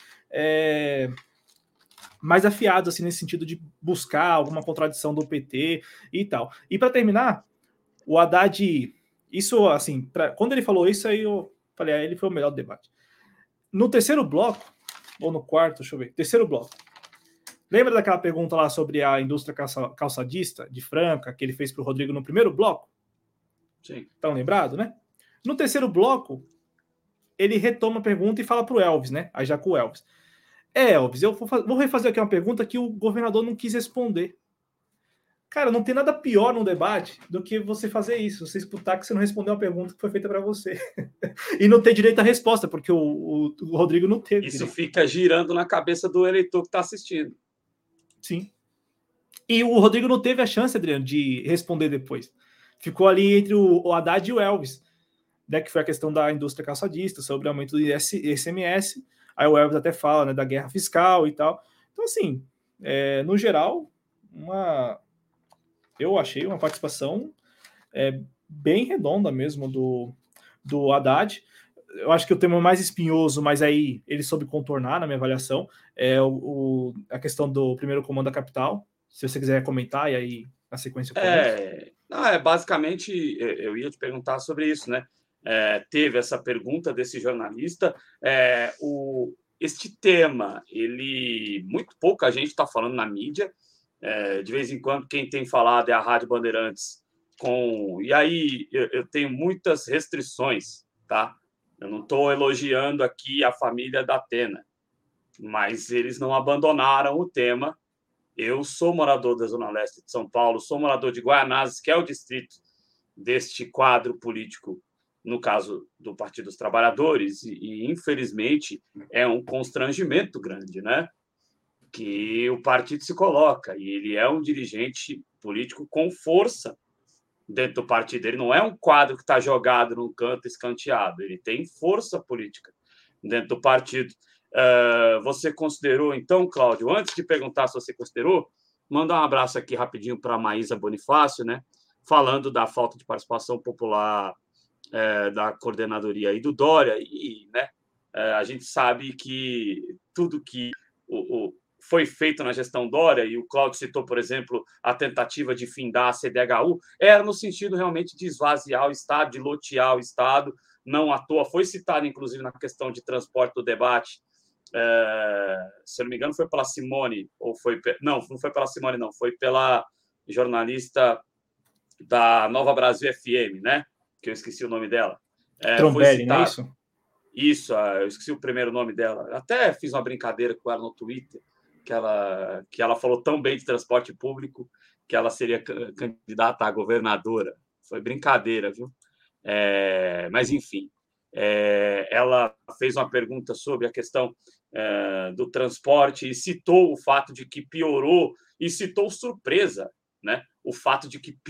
afiados, assim, nesse sentido de buscar alguma contradição do PT e tal. E para terminar, o Haddad... Isso, assim, quando ele falou isso, aí eu falei, ele foi o melhor do debate. No terceiro bloco, ou no quarto, deixa eu ver, terceiro bloco. Lembra daquela pergunta lá sobre a indústria calçadista de Franca, que ele fez para o Rodrigo no primeiro bloco? Sim. Estão lembrados, né? No terceiro bloco, ele retoma a pergunta e fala para o Elvis, né? Aí já com o Elvis. Elvis, eu vou refazer aqui uma pergunta que o governador não quis responder. Cara, não tem nada pior num debate do que você fazer isso, você disputar que você não respondeu uma pergunta que foi feita para você. E não ter direito à resposta, porque o Rodrigo não teve. Isso fica girando na cabeça do eleitor que está assistindo. Sim. E o Rodrigo não teve a chance, Adriano, de responder depois. Ficou ali entre o Haddad e o Elvis, né, que foi a questão da indústria calçadista, sobre o aumento do ICMS. Aí o Elvis até fala, né, da guerra fiscal e tal. Então, assim, no geral, eu achei uma participação bem redonda mesmo do Haddad. Eu acho que o tema mais espinhoso, mas aí ele soube contornar na minha avaliação, é a questão do primeiro comando da capital. Se você quiser comentar, e aí na sequência eu comento. Basicamente, eu ia te perguntar sobre isso, né? Teve essa pergunta desse jornalista. Este tema, muito pouca gente está falando na mídia. De vez em quando, quem tem falado é a Rádio Bandeirantes. E aí eu tenho muitas restrições, tá? Eu não estou elogiando aqui a família da Atena, mas eles não abandonaram o tema. Eu sou morador da Zona Leste de São Paulo, sou morador de Guaianazes, que é o distrito deste quadro político, no caso do Partido dos Trabalhadores, e infelizmente é um constrangimento grande, né? Que o partido se coloca, e ele é um dirigente político com força dentro do partido. Ele não é um quadro que está jogado num canto escanteado, ele tem força política dentro do partido. Você considerou, então, Cláudio, antes de perguntar se você considerou, mandar um abraço aqui rapidinho para a Maísa Bonifácio, né? Falando da falta de participação popular da coordenadoria aí do Dória, e né, a gente sabe que tudo que foi feito na gestão Dória, e o Cláudio citou, por exemplo, a tentativa de findar a CDHU, era no sentido realmente de esvaziar o Estado, de lotear o Estado, não à toa. Foi citado, inclusive, na questão de transporte do debate, se eu não me engano, foi pela Simone, não foi pela Simone, não, foi pela jornalista da Nova Brasil FM, né? Que eu esqueci o nome dela. Trombelli, não é isso? Isso, eu esqueci o primeiro nome dela. Até fiz uma brincadeira com ela no Twitter, que ela falou tão bem de transporte público que ela seria candidata a governadora. Foi brincadeira, viu? Mas, enfim, ela fez uma pergunta sobre a questão do transporte e citou o fato de que piorou, e citou surpresa, né? O fato de que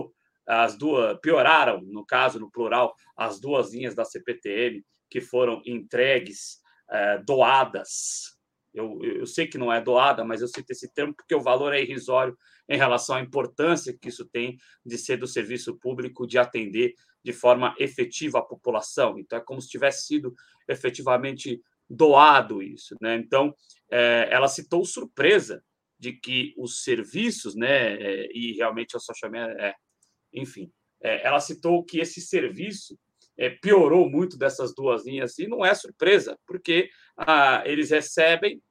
pioraram, no caso, no plural, as duas linhas da CPTM que foram entregues, doadas. Eu sei que não é doada, mas eu cito esse termo porque o valor é irrisório em relação à importância que isso tem de ser do serviço público, de atender de forma efetiva a população. Então, é como se tivesse sido efetivamente doado isso, né? Então, ela citou surpresa de que os serviços, né, e realmente eu só chamei, enfim, ela citou que esse serviço piorou muito dessas duas linhas, e não é surpresa, porque eles recebem,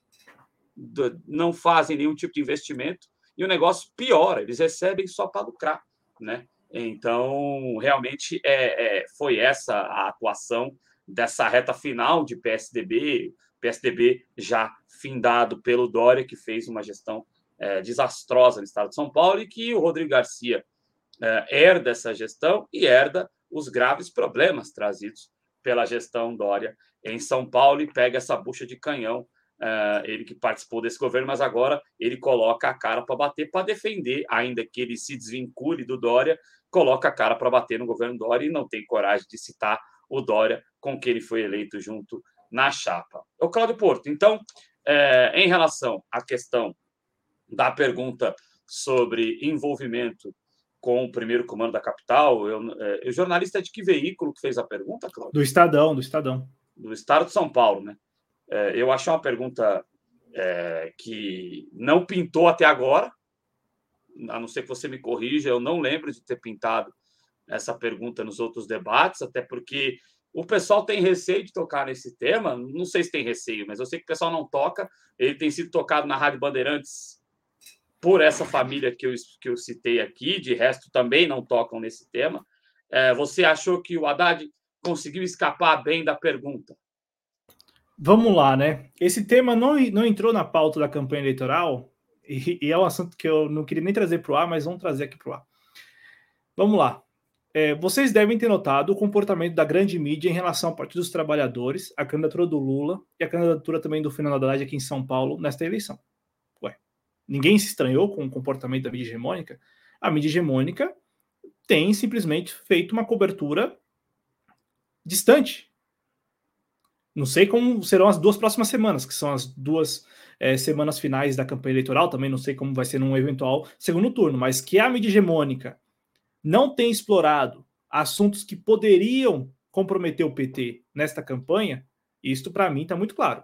não fazem nenhum tipo de investimento, e o negócio piora, eles recebem só para lucrar, né? Então, realmente, foi essa a atuação dessa reta final de PSDB já findado pelo Dória, que fez uma gestão desastrosa no estado de São Paulo, e que o Rodrigo Garcia herda essa gestão e herda os graves problemas trazidos pela gestão Dória em São Paulo, e pega essa bucha de canhão, ele que participou desse governo, mas agora ele coloca a cara para bater, para defender, ainda que ele se desvincule do Dória, coloca a cara para bater no governo Dória e não tem coragem de citar o Dória com que ele foi eleito junto na chapa. O Cláudio Porto, então, em relação à questão da pergunta sobre envolvimento com o primeiro comando da capital, o jornalista é de que veículo que fez a pergunta, Cláudio? Do Estadão. Do Estado de São Paulo, né? Eu acho uma pergunta que não pintou até agora, a não ser que você me corrija, eu não lembro de ter pintado essa pergunta nos outros debates, até porque o pessoal tem receio de tocar nesse tema, não sei se tem receio, mas eu sei que o pessoal não toca, ele tem sido tocado na Rádio Bandeirantes por essa família que eu citei aqui, de resto também não tocam nesse tema. Você achou que o Haddad conseguiu escapar bem da pergunta? Vamos lá, né? Esse tema não entrou na pauta da campanha eleitoral e é um assunto que eu não queria nem trazer para o ar, mas vamos trazer aqui para o ar. Vamos lá. Vocês devem ter notado o comportamento da grande mídia em relação ao Partido dos Trabalhadores, a candidatura do Lula e a candidatura também do Fernando Haddad aqui em São Paulo nesta eleição. Ninguém se estranhou com o comportamento da mídia hegemônica? A mídia hegemônica tem simplesmente feito uma cobertura distante. Não sei como serão as 2 próximas semanas, que são as 2 semanas finais da campanha eleitoral, também não sei como vai ser num eventual segundo turno, mas que a mídia hegemônica não tem explorado assuntos que poderiam comprometer o PT nesta campanha, isto para mim está muito claro.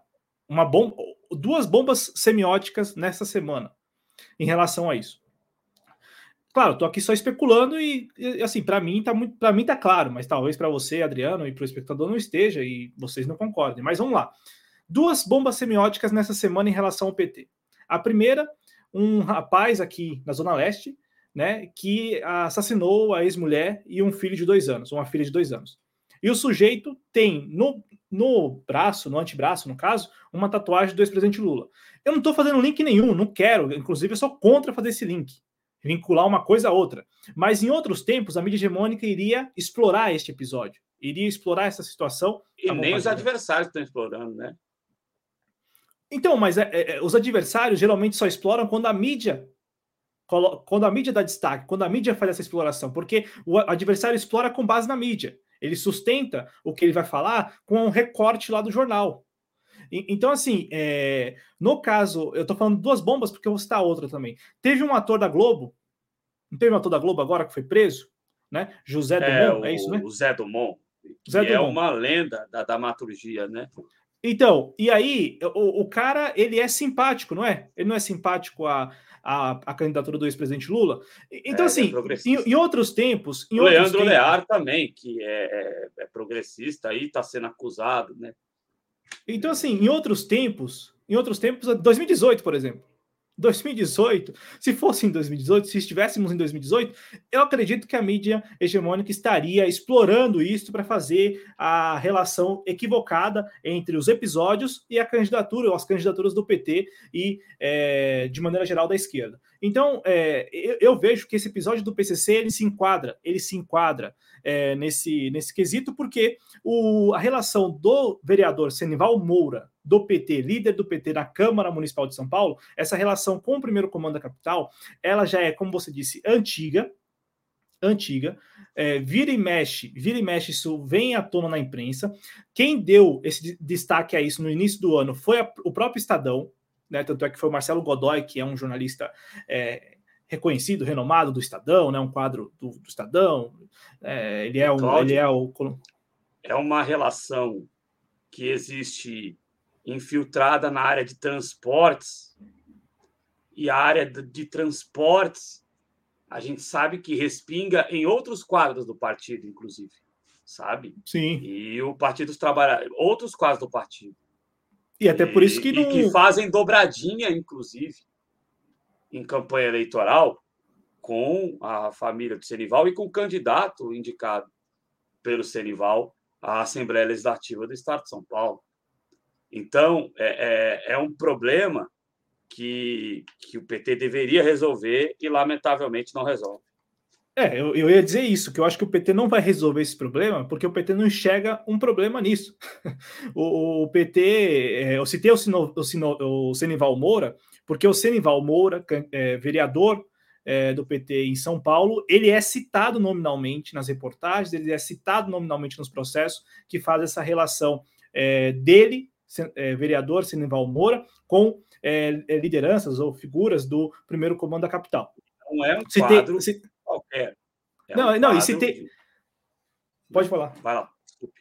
2 bombas semióticas nessa semana em relação a isso. Claro, estou aqui só especulando e assim, para mim tá claro, mas talvez para você, Adriano, e para o espectador não esteja e vocês não concordem. Mas vamos lá. 2 bombas semióticas nessa semana em relação ao PT. A primeira, um rapaz aqui na Zona Leste, né, que assassinou a ex-mulher e um filho de 2 anos, uma filha de 2 anos. E o sujeito tem no braço, no antebraço, no caso, uma tatuagem do ex-presidente Lula. Eu não estou fazendo link nenhum, não quero, inclusive eu sou contra fazer esse link, vincular uma coisa a outra. Mas em outros tempos, a mídia hegemônica iria explorar este episódio, iria explorar essa situação. E nem os adversários estão explorando, né? Então, mas os adversários geralmente só exploram quando a mídia dá destaque, quando a mídia faz essa exploração, porque o adversário explora com base na mídia. Ele sustenta o que ele vai falar com um recorte lá do jornal. Então, assim, no caso, eu tô falando 2 bombas porque eu vou citar outra também. Teve um ator da Globo, não teve um ator da Globo agora que foi preso, né? José Dumont, é isso, né? O Zé Dumont, que Zé Dumont. É uma lenda da dramaturgia, né? Então, e aí, o cara, ele é simpático, não é? Ele não é simpático à candidatura do ex-presidente Lula? Então, assim, em outros tempos... O Leandro Lear também, que é progressista, aí está sendo acusado, né? Então, assim, em outros tempos, 2018, por exemplo, 2018, se fosse em 2018, se estivéssemos em 2018, eu acredito que a mídia hegemônica estaria explorando isso para fazer a relação equivocada entre os episódios e a candidatura, ou as candidaturas do PT e, de maneira geral, da esquerda. Então, eu vejo que esse episódio do PCC, ele se enquadra nesse quesito, porque a relação do vereador Senival Moura, do PT, líder do PT na Câmara Municipal de São Paulo, essa relação com o primeiro comando da capital, ela já é, como você disse, antiga, vira e mexe isso vem à tona na imprensa. Quem deu esse destaque a isso no início do ano foi o próprio Estadão, né? Tanto é que foi o Marcelo Godoy, que é um jornalista reconhecido, renomado do Estadão, né? Um quadro do Estadão. É uma relação que existe infiltrada na área de transportes, e a área de transportes a gente sabe que respinga em outros quadros do partido, inclusive, sabe? Sim. E o Partido dos Trabalhadores, outros quadros do partido. E até por isso que fazem dobradinha, inclusive, em campanha eleitoral, com a família do Senival e com o candidato indicado pelo Senival à Assembleia Legislativa do Estado de São Paulo. Então, é um problema que o PT deveria resolver e, lamentavelmente, não resolve. Eu ia dizer isso, que eu acho que o PT não vai resolver esse problema, porque o PT não enxerga um problema nisso. O PT, eu citei o Senival Moura, porque o Senival Moura, vereador do PT em São Paulo, ele é citado nominalmente nas reportagens, ele é citado nominalmente nos processos que faz essa relação dele, vereador Senival Moura, com lideranças ou figuras do primeiro comando da capital. Não é um quadro qualquer. E citei... Pode falar. Vai lá, desculpe.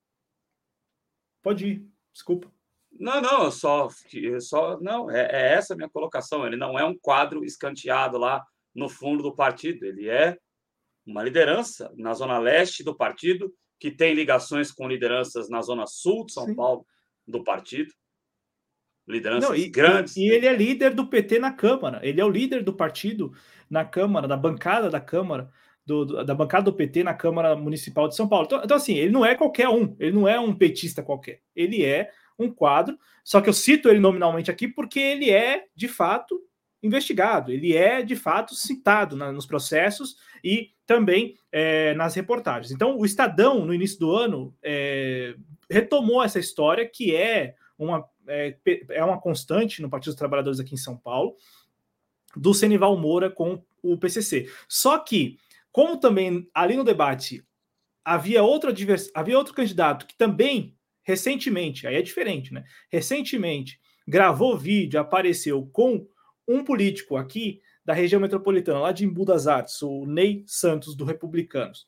Pode ir, desculpa. Não, não, é essa a minha colocação. Ele não é um quadro escanteado lá no fundo do partido. Ele é uma liderança na zona leste do partido, que tem ligações com lideranças na zona sul de São Paulo do partido. Lideranças grandes. E ele é líder do PT na Câmara. Ele é o líder do partido na Câmara, da bancada da Câmara da bancada do PT na Câmara Municipal de São Paulo. Então, assim, ele não é qualquer um, ele não é um petista qualquer, ele é um quadro, só que eu cito ele nominalmente aqui porque ele é, de fato, investigado, ele é, de fato, citado nos processos e também nas reportagens. Então, o Estadão, no início do ano, retomou essa história, que é uma constante no Partido dos Trabalhadores aqui em São Paulo, do Senival Moura com o PCC. Só que, como também ali no debate havia outro candidato que também recentemente, aí é diferente, né? Recentemente gravou vídeo, apareceu com um político aqui da região metropolitana, lá de Embu das Artes, o Ney Santos, do Republicanos,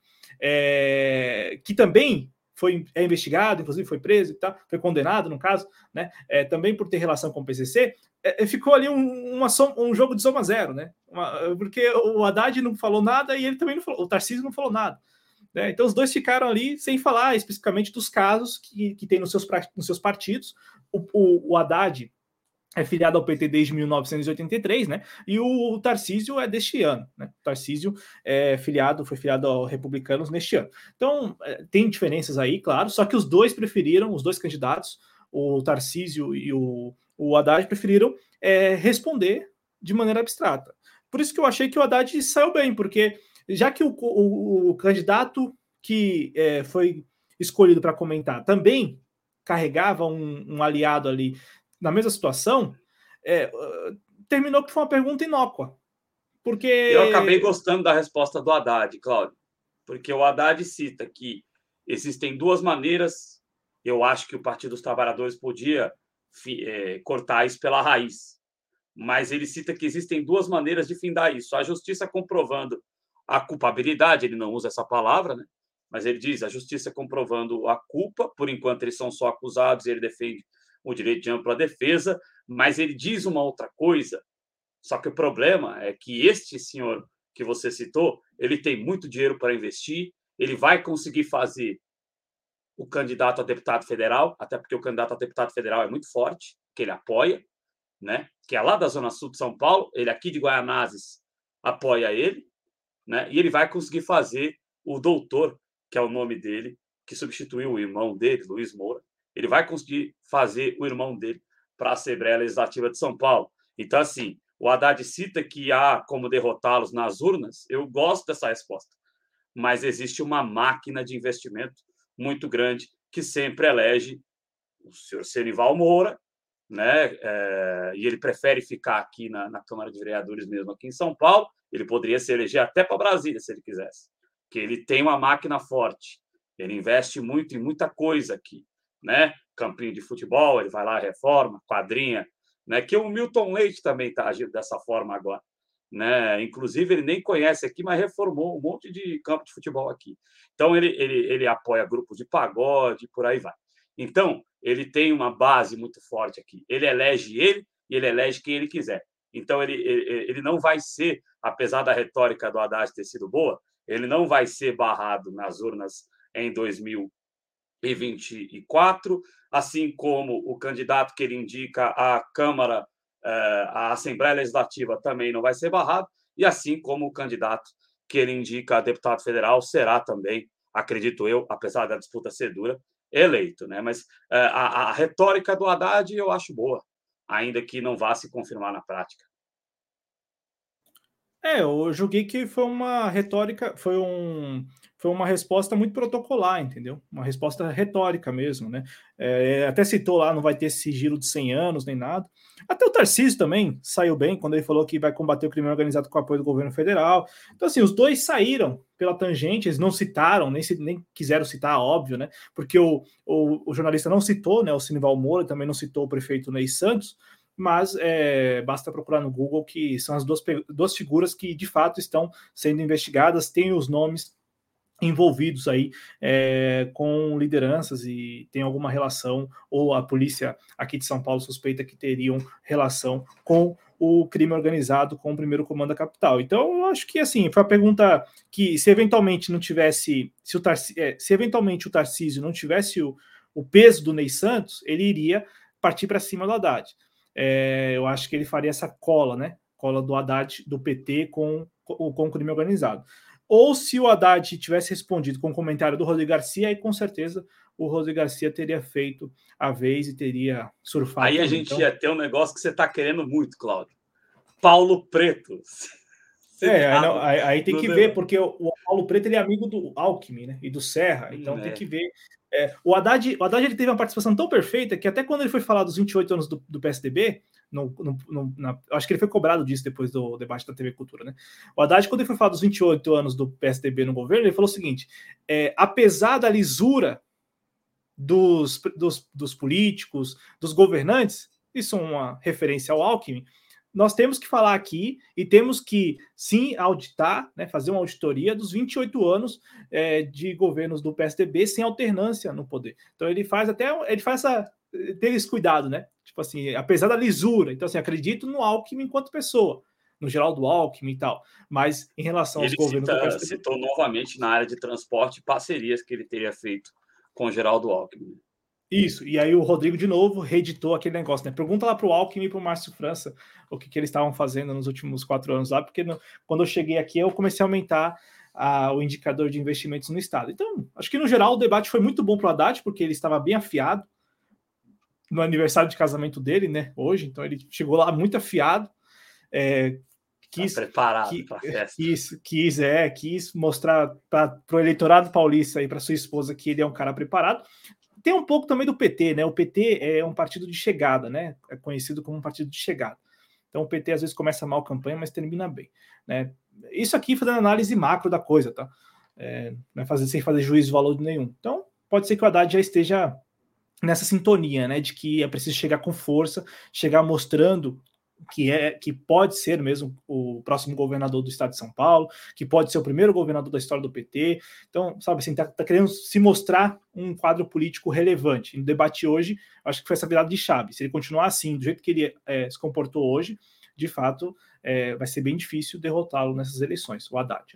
que também é investigado, inclusive foi preso e tal, foi condenado, no caso, né? Também por ter relação com o PCC, ficou ali um jogo de soma zero, né? Porque o Haddad não falou nada e ele também não falou, o Tarcísio não falou nada. Né? Então os dois ficaram ali sem falar especificamente dos casos que tem nos seus partidos. O Haddad é filiado ao PT desde 1983, né? E o Tarcísio é deste ano, né? O Tarcísio foi filiado ao Republicanos neste ano. Então, tem diferenças aí, claro, só que os dois candidatos, o Tarcísio e o Haddad, preferiram responder de maneira abstrata. Por isso que eu achei que o Haddad saiu bem, porque já que o candidato que foi escolhido para comentar também carregava um aliado ali na mesma situação, terminou que foi uma pergunta inócua. Porque eu acabei gostando da resposta do Haddad, Cláudio, porque o Haddad cita que existem duas maneiras. Eu acho que o Partido dos Trabalhadores podia cortar isso pela raiz, mas ele cita que existem duas maneiras de findar isso. A justiça comprovando a culpabilidade, ele não usa essa palavra, né? Mas ele diz a justiça comprovando a culpa, por enquanto eles são só acusados e ele defende o direito de ampla defesa, mas ele diz uma outra coisa, só que o problema é que este senhor que você citou, ele tem muito dinheiro para investir, ele vai conseguir fazer o candidato a deputado federal, até porque o candidato a deputado federal é muito forte, que ele apoia, né? Que é lá da Zona Sul de São Paulo, ele aqui de Guaianazes apoia ele, né? E ele vai conseguir fazer o doutor, que é o nome dele, que substituiu o irmão dele, Luiz Moura, ele vai conseguir fazer o irmão dele para a Assembleia Legislativa de São Paulo. Então, assim, o Haddad cita que há como derrotá-los nas urnas. Eu gosto dessa resposta, mas existe uma máquina de investimento muito grande que sempre elege o senhor Senival Moura, né? E ele prefere ficar aqui na Câmara de Vereadores mesmo aqui em São Paulo. Ele poderia se eleger até para Brasília, se ele quisesse, porque ele tem uma máquina forte, ele investe muito em muita coisa aqui, né? Campinho de futebol, ele vai lá, reforma, quadrinha, né? Que o Milton Leite também está agindo dessa forma agora, né? Inclusive, ele nem conhece aqui, mas reformou um monte de campo de futebol aqui. Então, ele apoia grupos de pagode, por aí vai. Então, ele tem uma base muito forte aqui. Ele elege ele e ele elege quem ele quiser. Então, ele não vai ser, apesar da retórica do Haddad ter sido boa, ele não vai ser barrado nas urnas em 2024, assim como o candidato que ele indica à Câmara, à Assembleia Legislativa, também não vai ser barrado, e assim como o candidato que ele indica a deputado federal será também, acredito eu, apesar da disputa ser dura, eleito, né? Mas a retórica do Haddad eu acho boa, ainda que não vá se confirmar na prática. Eu julguei que foi uma retórica, foi uma resposta muito protocolar, entendeu? Uma resposta retórica mesmo, né? Até citou lá, não vai ter sigilo de 100 anos nem nada. Até o Tarcísio também saiu bem quando ele falou que vai combater o crime organizado com o apoio do governo federal. Então, assim, os dois saíram pela tangente, eles não citaram, nem quiseram citar, óbvio, né? Porque o jornalista não citou, né? O Senival Moura também não citou o prefeito Ney Santos, mas basta procurar no Google, que são as duas figuras que de fato estão sendo investigadas, têm os nomes envolvidos aí com lideranças e tem alguma relação, ou a polícia aqui de São Paulo suspeita que teriam relação com o crime organizado, com o primeiro comando da capital. Então, eu acho que assim, foi a pergunta que se eventualmente não tivesse, se eventualmente o Tarcísio não tivesse o peso do Ney Santos, ele iria partir para cima do Haddad. Eu acho que ele faria essa cola, né? Cola do Haddad, do PT com o crime organizado. ou se o Haddad tivesse respondido com o comentário do Rodrigo Garcia, aí com certeza o Rodrigo Garcia teria feito a vez e teria surfado. Aí a gente ia ter um negócio que você está querendo muito, Cláudio. Paulo Preto. Aí tem que ver, porque o Paulo Preto ele é amigo do Alckmin, né? E do Serra, então tem que ver. O Haddad ele teve uma participação tão perfeita que até quando ele foi falar dos 28 anos do PSDB, acho que ele foi cobrado disso depois do debate da TV Cultura, né? O Haddad, quando ele foi falar dos 28 anos do PSDB no governo, ele falou o seguinte: apesar da lisura dos políticos, dos governantes, isso é uma referência ao Alckmin, nós temos que falar aqui e temos que, sim, auditar, né, fazer uma auditoria dos 28 anos de governos do PSDB sem alternância no poder. Então ele faz ter esse cuidado, né? Tipo assim, apesar da lisura. Então, assim, acredito no Alckmin enquanto pessoa, no Geraldo Alckmin e tal, mas em relação aos governos do PSDB... citou novamente na área de transporte parcerias que ele teria feito com o Geraldo Alckmin. Isso, e aí o Rodrigo de novo reeditou aquele negócio, né? Pergunta lá para o Alckmin e para o Márcio França o que eles estavam fazendo nos últimos 4 anos lá, porque quando eu cheguei aqui eu comecei a aumentar o indicador de investimentos no Estado. Então, acho que no geral o debate foi muito bom para o Haddad, porque ele estava bem afiado no aniversário de casamento dele, né? Hoje, então ele chegou lá muito afiado. Preparado para a festa. Quis mostrar para o eleitorado paulista e para sua esposa que ele é um cara preparado. Tem um pouco também do PT, né? O PT é um partido de chegada, né? É conhecido como um partido de chegada. Então o PT às vezes começa mal a campanha, mas termina bem, né? Isso aqui fazendo análise macro da coisa, tá? Não é sem fazer juízo de valor nenhum. Então pode ser que o Haddad já esteja nessa sintonia, né? De que é preciso chegar com força, chegar mostrando que pode ser mesmo o próximo governador do estado de São Paulo, que pode ser o primeiro governador da história do PT. Então, sabe assim, tá querendo se mostrar um quadro político relevante. No debate hoje, acho que foi essa virada de chave. Se ele continuar assim, do jeito que ele se comportou hoje, de fato, vai ser bem difícil derrotá-lo nessas eleições, o Haddad.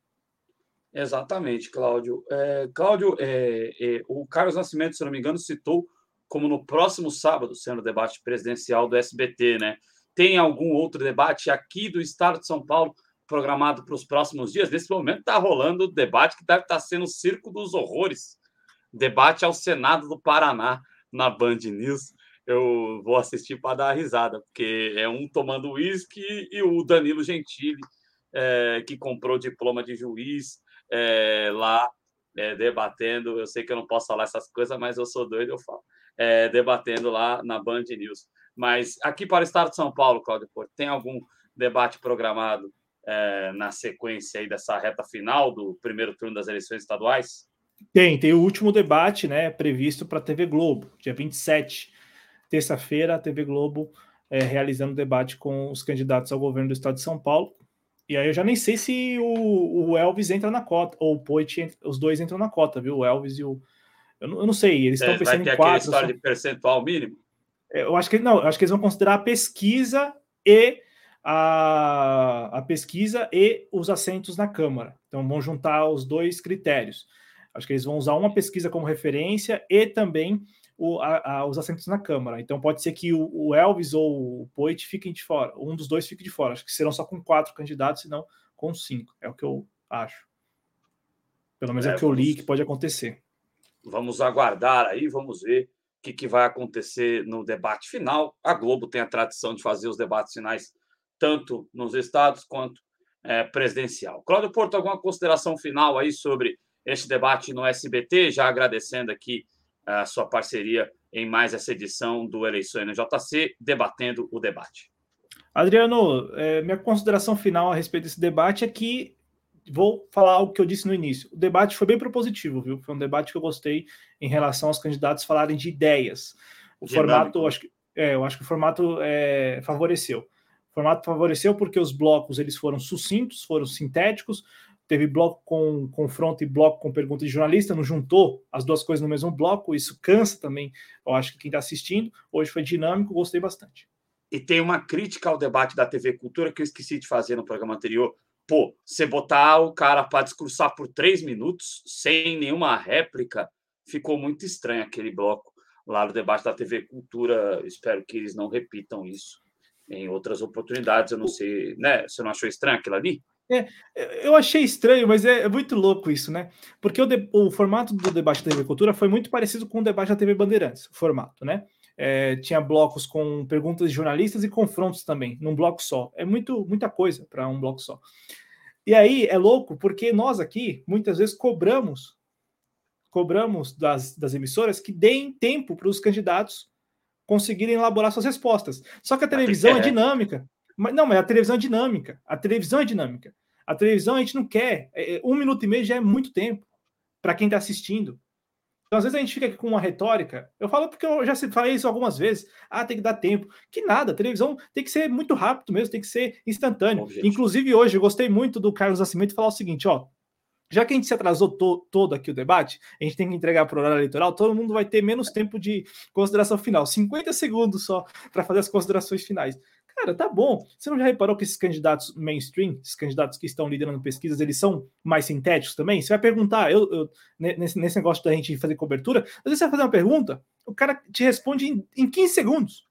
Exatamente, Cláudio. Cláudio, o Carlos Nascimento, se não me engano, citou como no próximo sábado, sendo o debate presidencial do SBT, né? Tem algum outro debate aqui do estado de São Paulo programado para os próximos dias? Nesse momento está rolando o debate que deve estar sendo o circo dos horrores. Debate ao Senado do Paraná na Band News. Eu vou assistir para dar risada, porque é um tomando uísque e o Danilo Gentili, que comprou diploma de juiz lá, debatendo. Eu sei que eu não posso falar essas coisas, mas eu sou doido, eu falo. Debatendo lá na Band News. Mas aqui para o estado de São Paulo, Cláudio Porto, tem algum debate programado na sequência aí dessa reta final do primeiro turno das eleições estaduais? Tem o último debate, né, previsto para a TV Globo, dia 27, terça-feira, a TV Globo realizando o debate com os candidatos ao governo do estado de São Paulo. E aí eu já nem sei se o Elvis entra na cota, ou o Poit, os dois entram na cota, viu? O Elvis e o... Eu não sei, eles estão pensando em 4. Vai ter aquela história de percentual mínimo? Eu acho que eles vão considerar a pesquisa e a pesquisa e os assentos na Câmara. Então vão juntar os dois critérios. Acho que eles vão usar uma pesquisa como referência e também os assentos na Câmara. Então pode ser que o Elvis ou o Poit fiquem de fora. Um dos dois fique de fora. Acho que serão só com 4 candidatos, e não com 5. É o que eu acho. Pelo menos é o que eu li que pode acontecer. Vamos aguardar aí, vamos ver o que vai acontecer no debate final. A Globo tem a tradição de fazer os debates finais tanto nos estados quanto presidencial. Cláudio Porto, alguma consideração final aí sobre este debate no SBT? Já agradecendo aqui a sua parceria em mais essa edição do Eleições no JC, debatendo o debate. Adriano, minha consideração final a respeito desse debate é que vou falar algo que eu disse no início. O debate foi bem propositivo, viu? Foi um debate que eu gostei em relação aos candidatos falarem de ideias. O formato, eu acho que o formato favoreceu. O formato favoreceu porque os blocos eles foram sucintos, foram sintéticos. Teve bloco com confronto e bloco com pergunta de jornalista, não juntou as duas coisas no mesmo bloco, isso cansa também, eu acho que quem está assistindo. Hoje foi dinâmico, gostei bastante. E tem uma crítica ao debate da TV Cultura que eu esqueci de fazer no programa anterior. Pô, você botar o cara para discursar por 3 minutos sem nenhuma réplica, ficou muito estranho aquele bloco lá no debate da TV Cultura. Espero que eles não repitam isso em outras oportunidades. Eu não sei, né? Você não achou estranho aquilo ali? É, eu achei estranho, mas é muito louco isso, né? Porque o formato do debate da TV Cultura foi muito parecido com o debate da TV Bandeirantes, o formato, né? Tinha blocos com perguntas de jornalistas e confrontos também, num bloco só. É muita coisa para um bloco só. E aí é louco, porque nós aqui, muitas vezes, cobramos das emissoras que deem tempo para os candidatos conseguirem elaborar suas respostas. Só que a televisão é dinâmica. Mas a televisão é dinâmica. A televisão é dinâmica. A televisão a gente não quer. 1 minuto e meio já é muito tempo para quem está assistindo. Então, às vezes a gente fica aqui com uma retórica. Eu falo porque eu já falei isso algumas vezes. Tem que dar tempo. Que nada, a televisão tem que ser muito rápido mesmo, tem que ser instantâneo. Inclusive, hoje, eu gostei muito do Carlos Nascimento falar o seguinte: já que a gente se atrasou todo aqui o debate, a gente tem que entregar para o horário eleitoral, todo mundo vai ter menos tempo de consideração final, 50 segundos só para fazer as considerações finais. Cara, tá bom. Você não já reparou que esses candidatos mainstream, esses candidatos que estão liderando pesquisas, eles são mais sintéticos também? Você vai perguntar, nesse negócio da gente fazer cobertura, às vezes você vai fazer uma pergunta, o cara te responde em 15 segundos.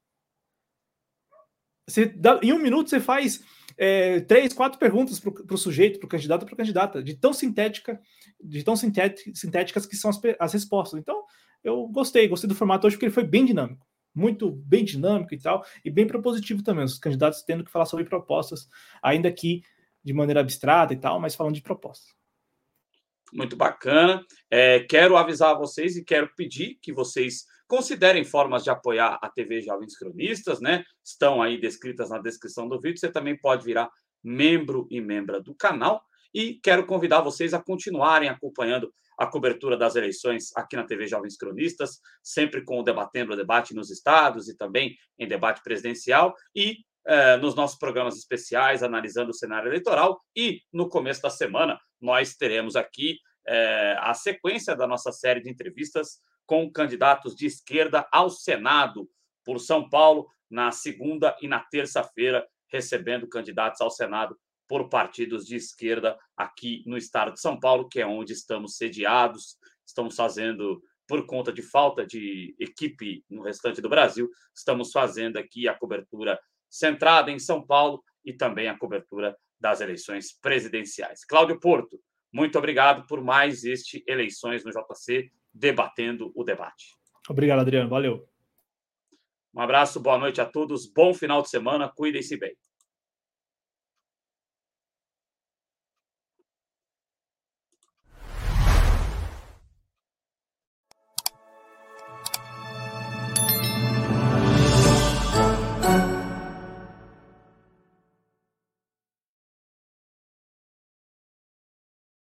Em 1 minuto você faz 3, 4 perguntas para o sujeito, para o candidato ou para a candidata, de tão sintéticas que são as respostas. Então, eu gostei do formato hoje porque ele foi bem dinâmico, muito bem dinâmico e tal, e bem propositivo também, os candidatos tendo que falar sobre propostas, ainda que de maneira abstrata e tal, mas falando de propostas. Muito bacana. Quero avisar vocês e quero pedir que vocês considerem formas de apoiar a TV Jovens Cronistas, né? Estão aí descritas na descrição do vídeo. Você também pode virar membro e membra do canal. E quero convidar vocês a continuarem acompanhando a cobertura das eleições aqui na TV Jovens Cronistas, sempre com o Debatendo o Debate nos estados e também em debate presidencial. E nos nossos programas especiais, analisando o cenário eleitoral. E no começo da semana, nós teremos aqui a sequência da nossa série de entrevistas com candidatos de esquerda ao Senado por São Paulo, na segunda e na terça-feira, recebendo candidatos ao Senado por partidos de esquerda aqui no estado de São Paulo, que é onde estamos sediados. Estamos fazendo, por conta de falta de equipe no restante do Brasil, estamos fazendo aqui a cobertura centrada em São Paulo e também a cobertura das eleições presidenciais. Cláudio Porto, muito obrigado por mais este Eleições no JC, debatendo o debate. Obrigado, Adriano. Valeu. Um abraço, boa noite a todos, bom final de semana, cuidem-se bem.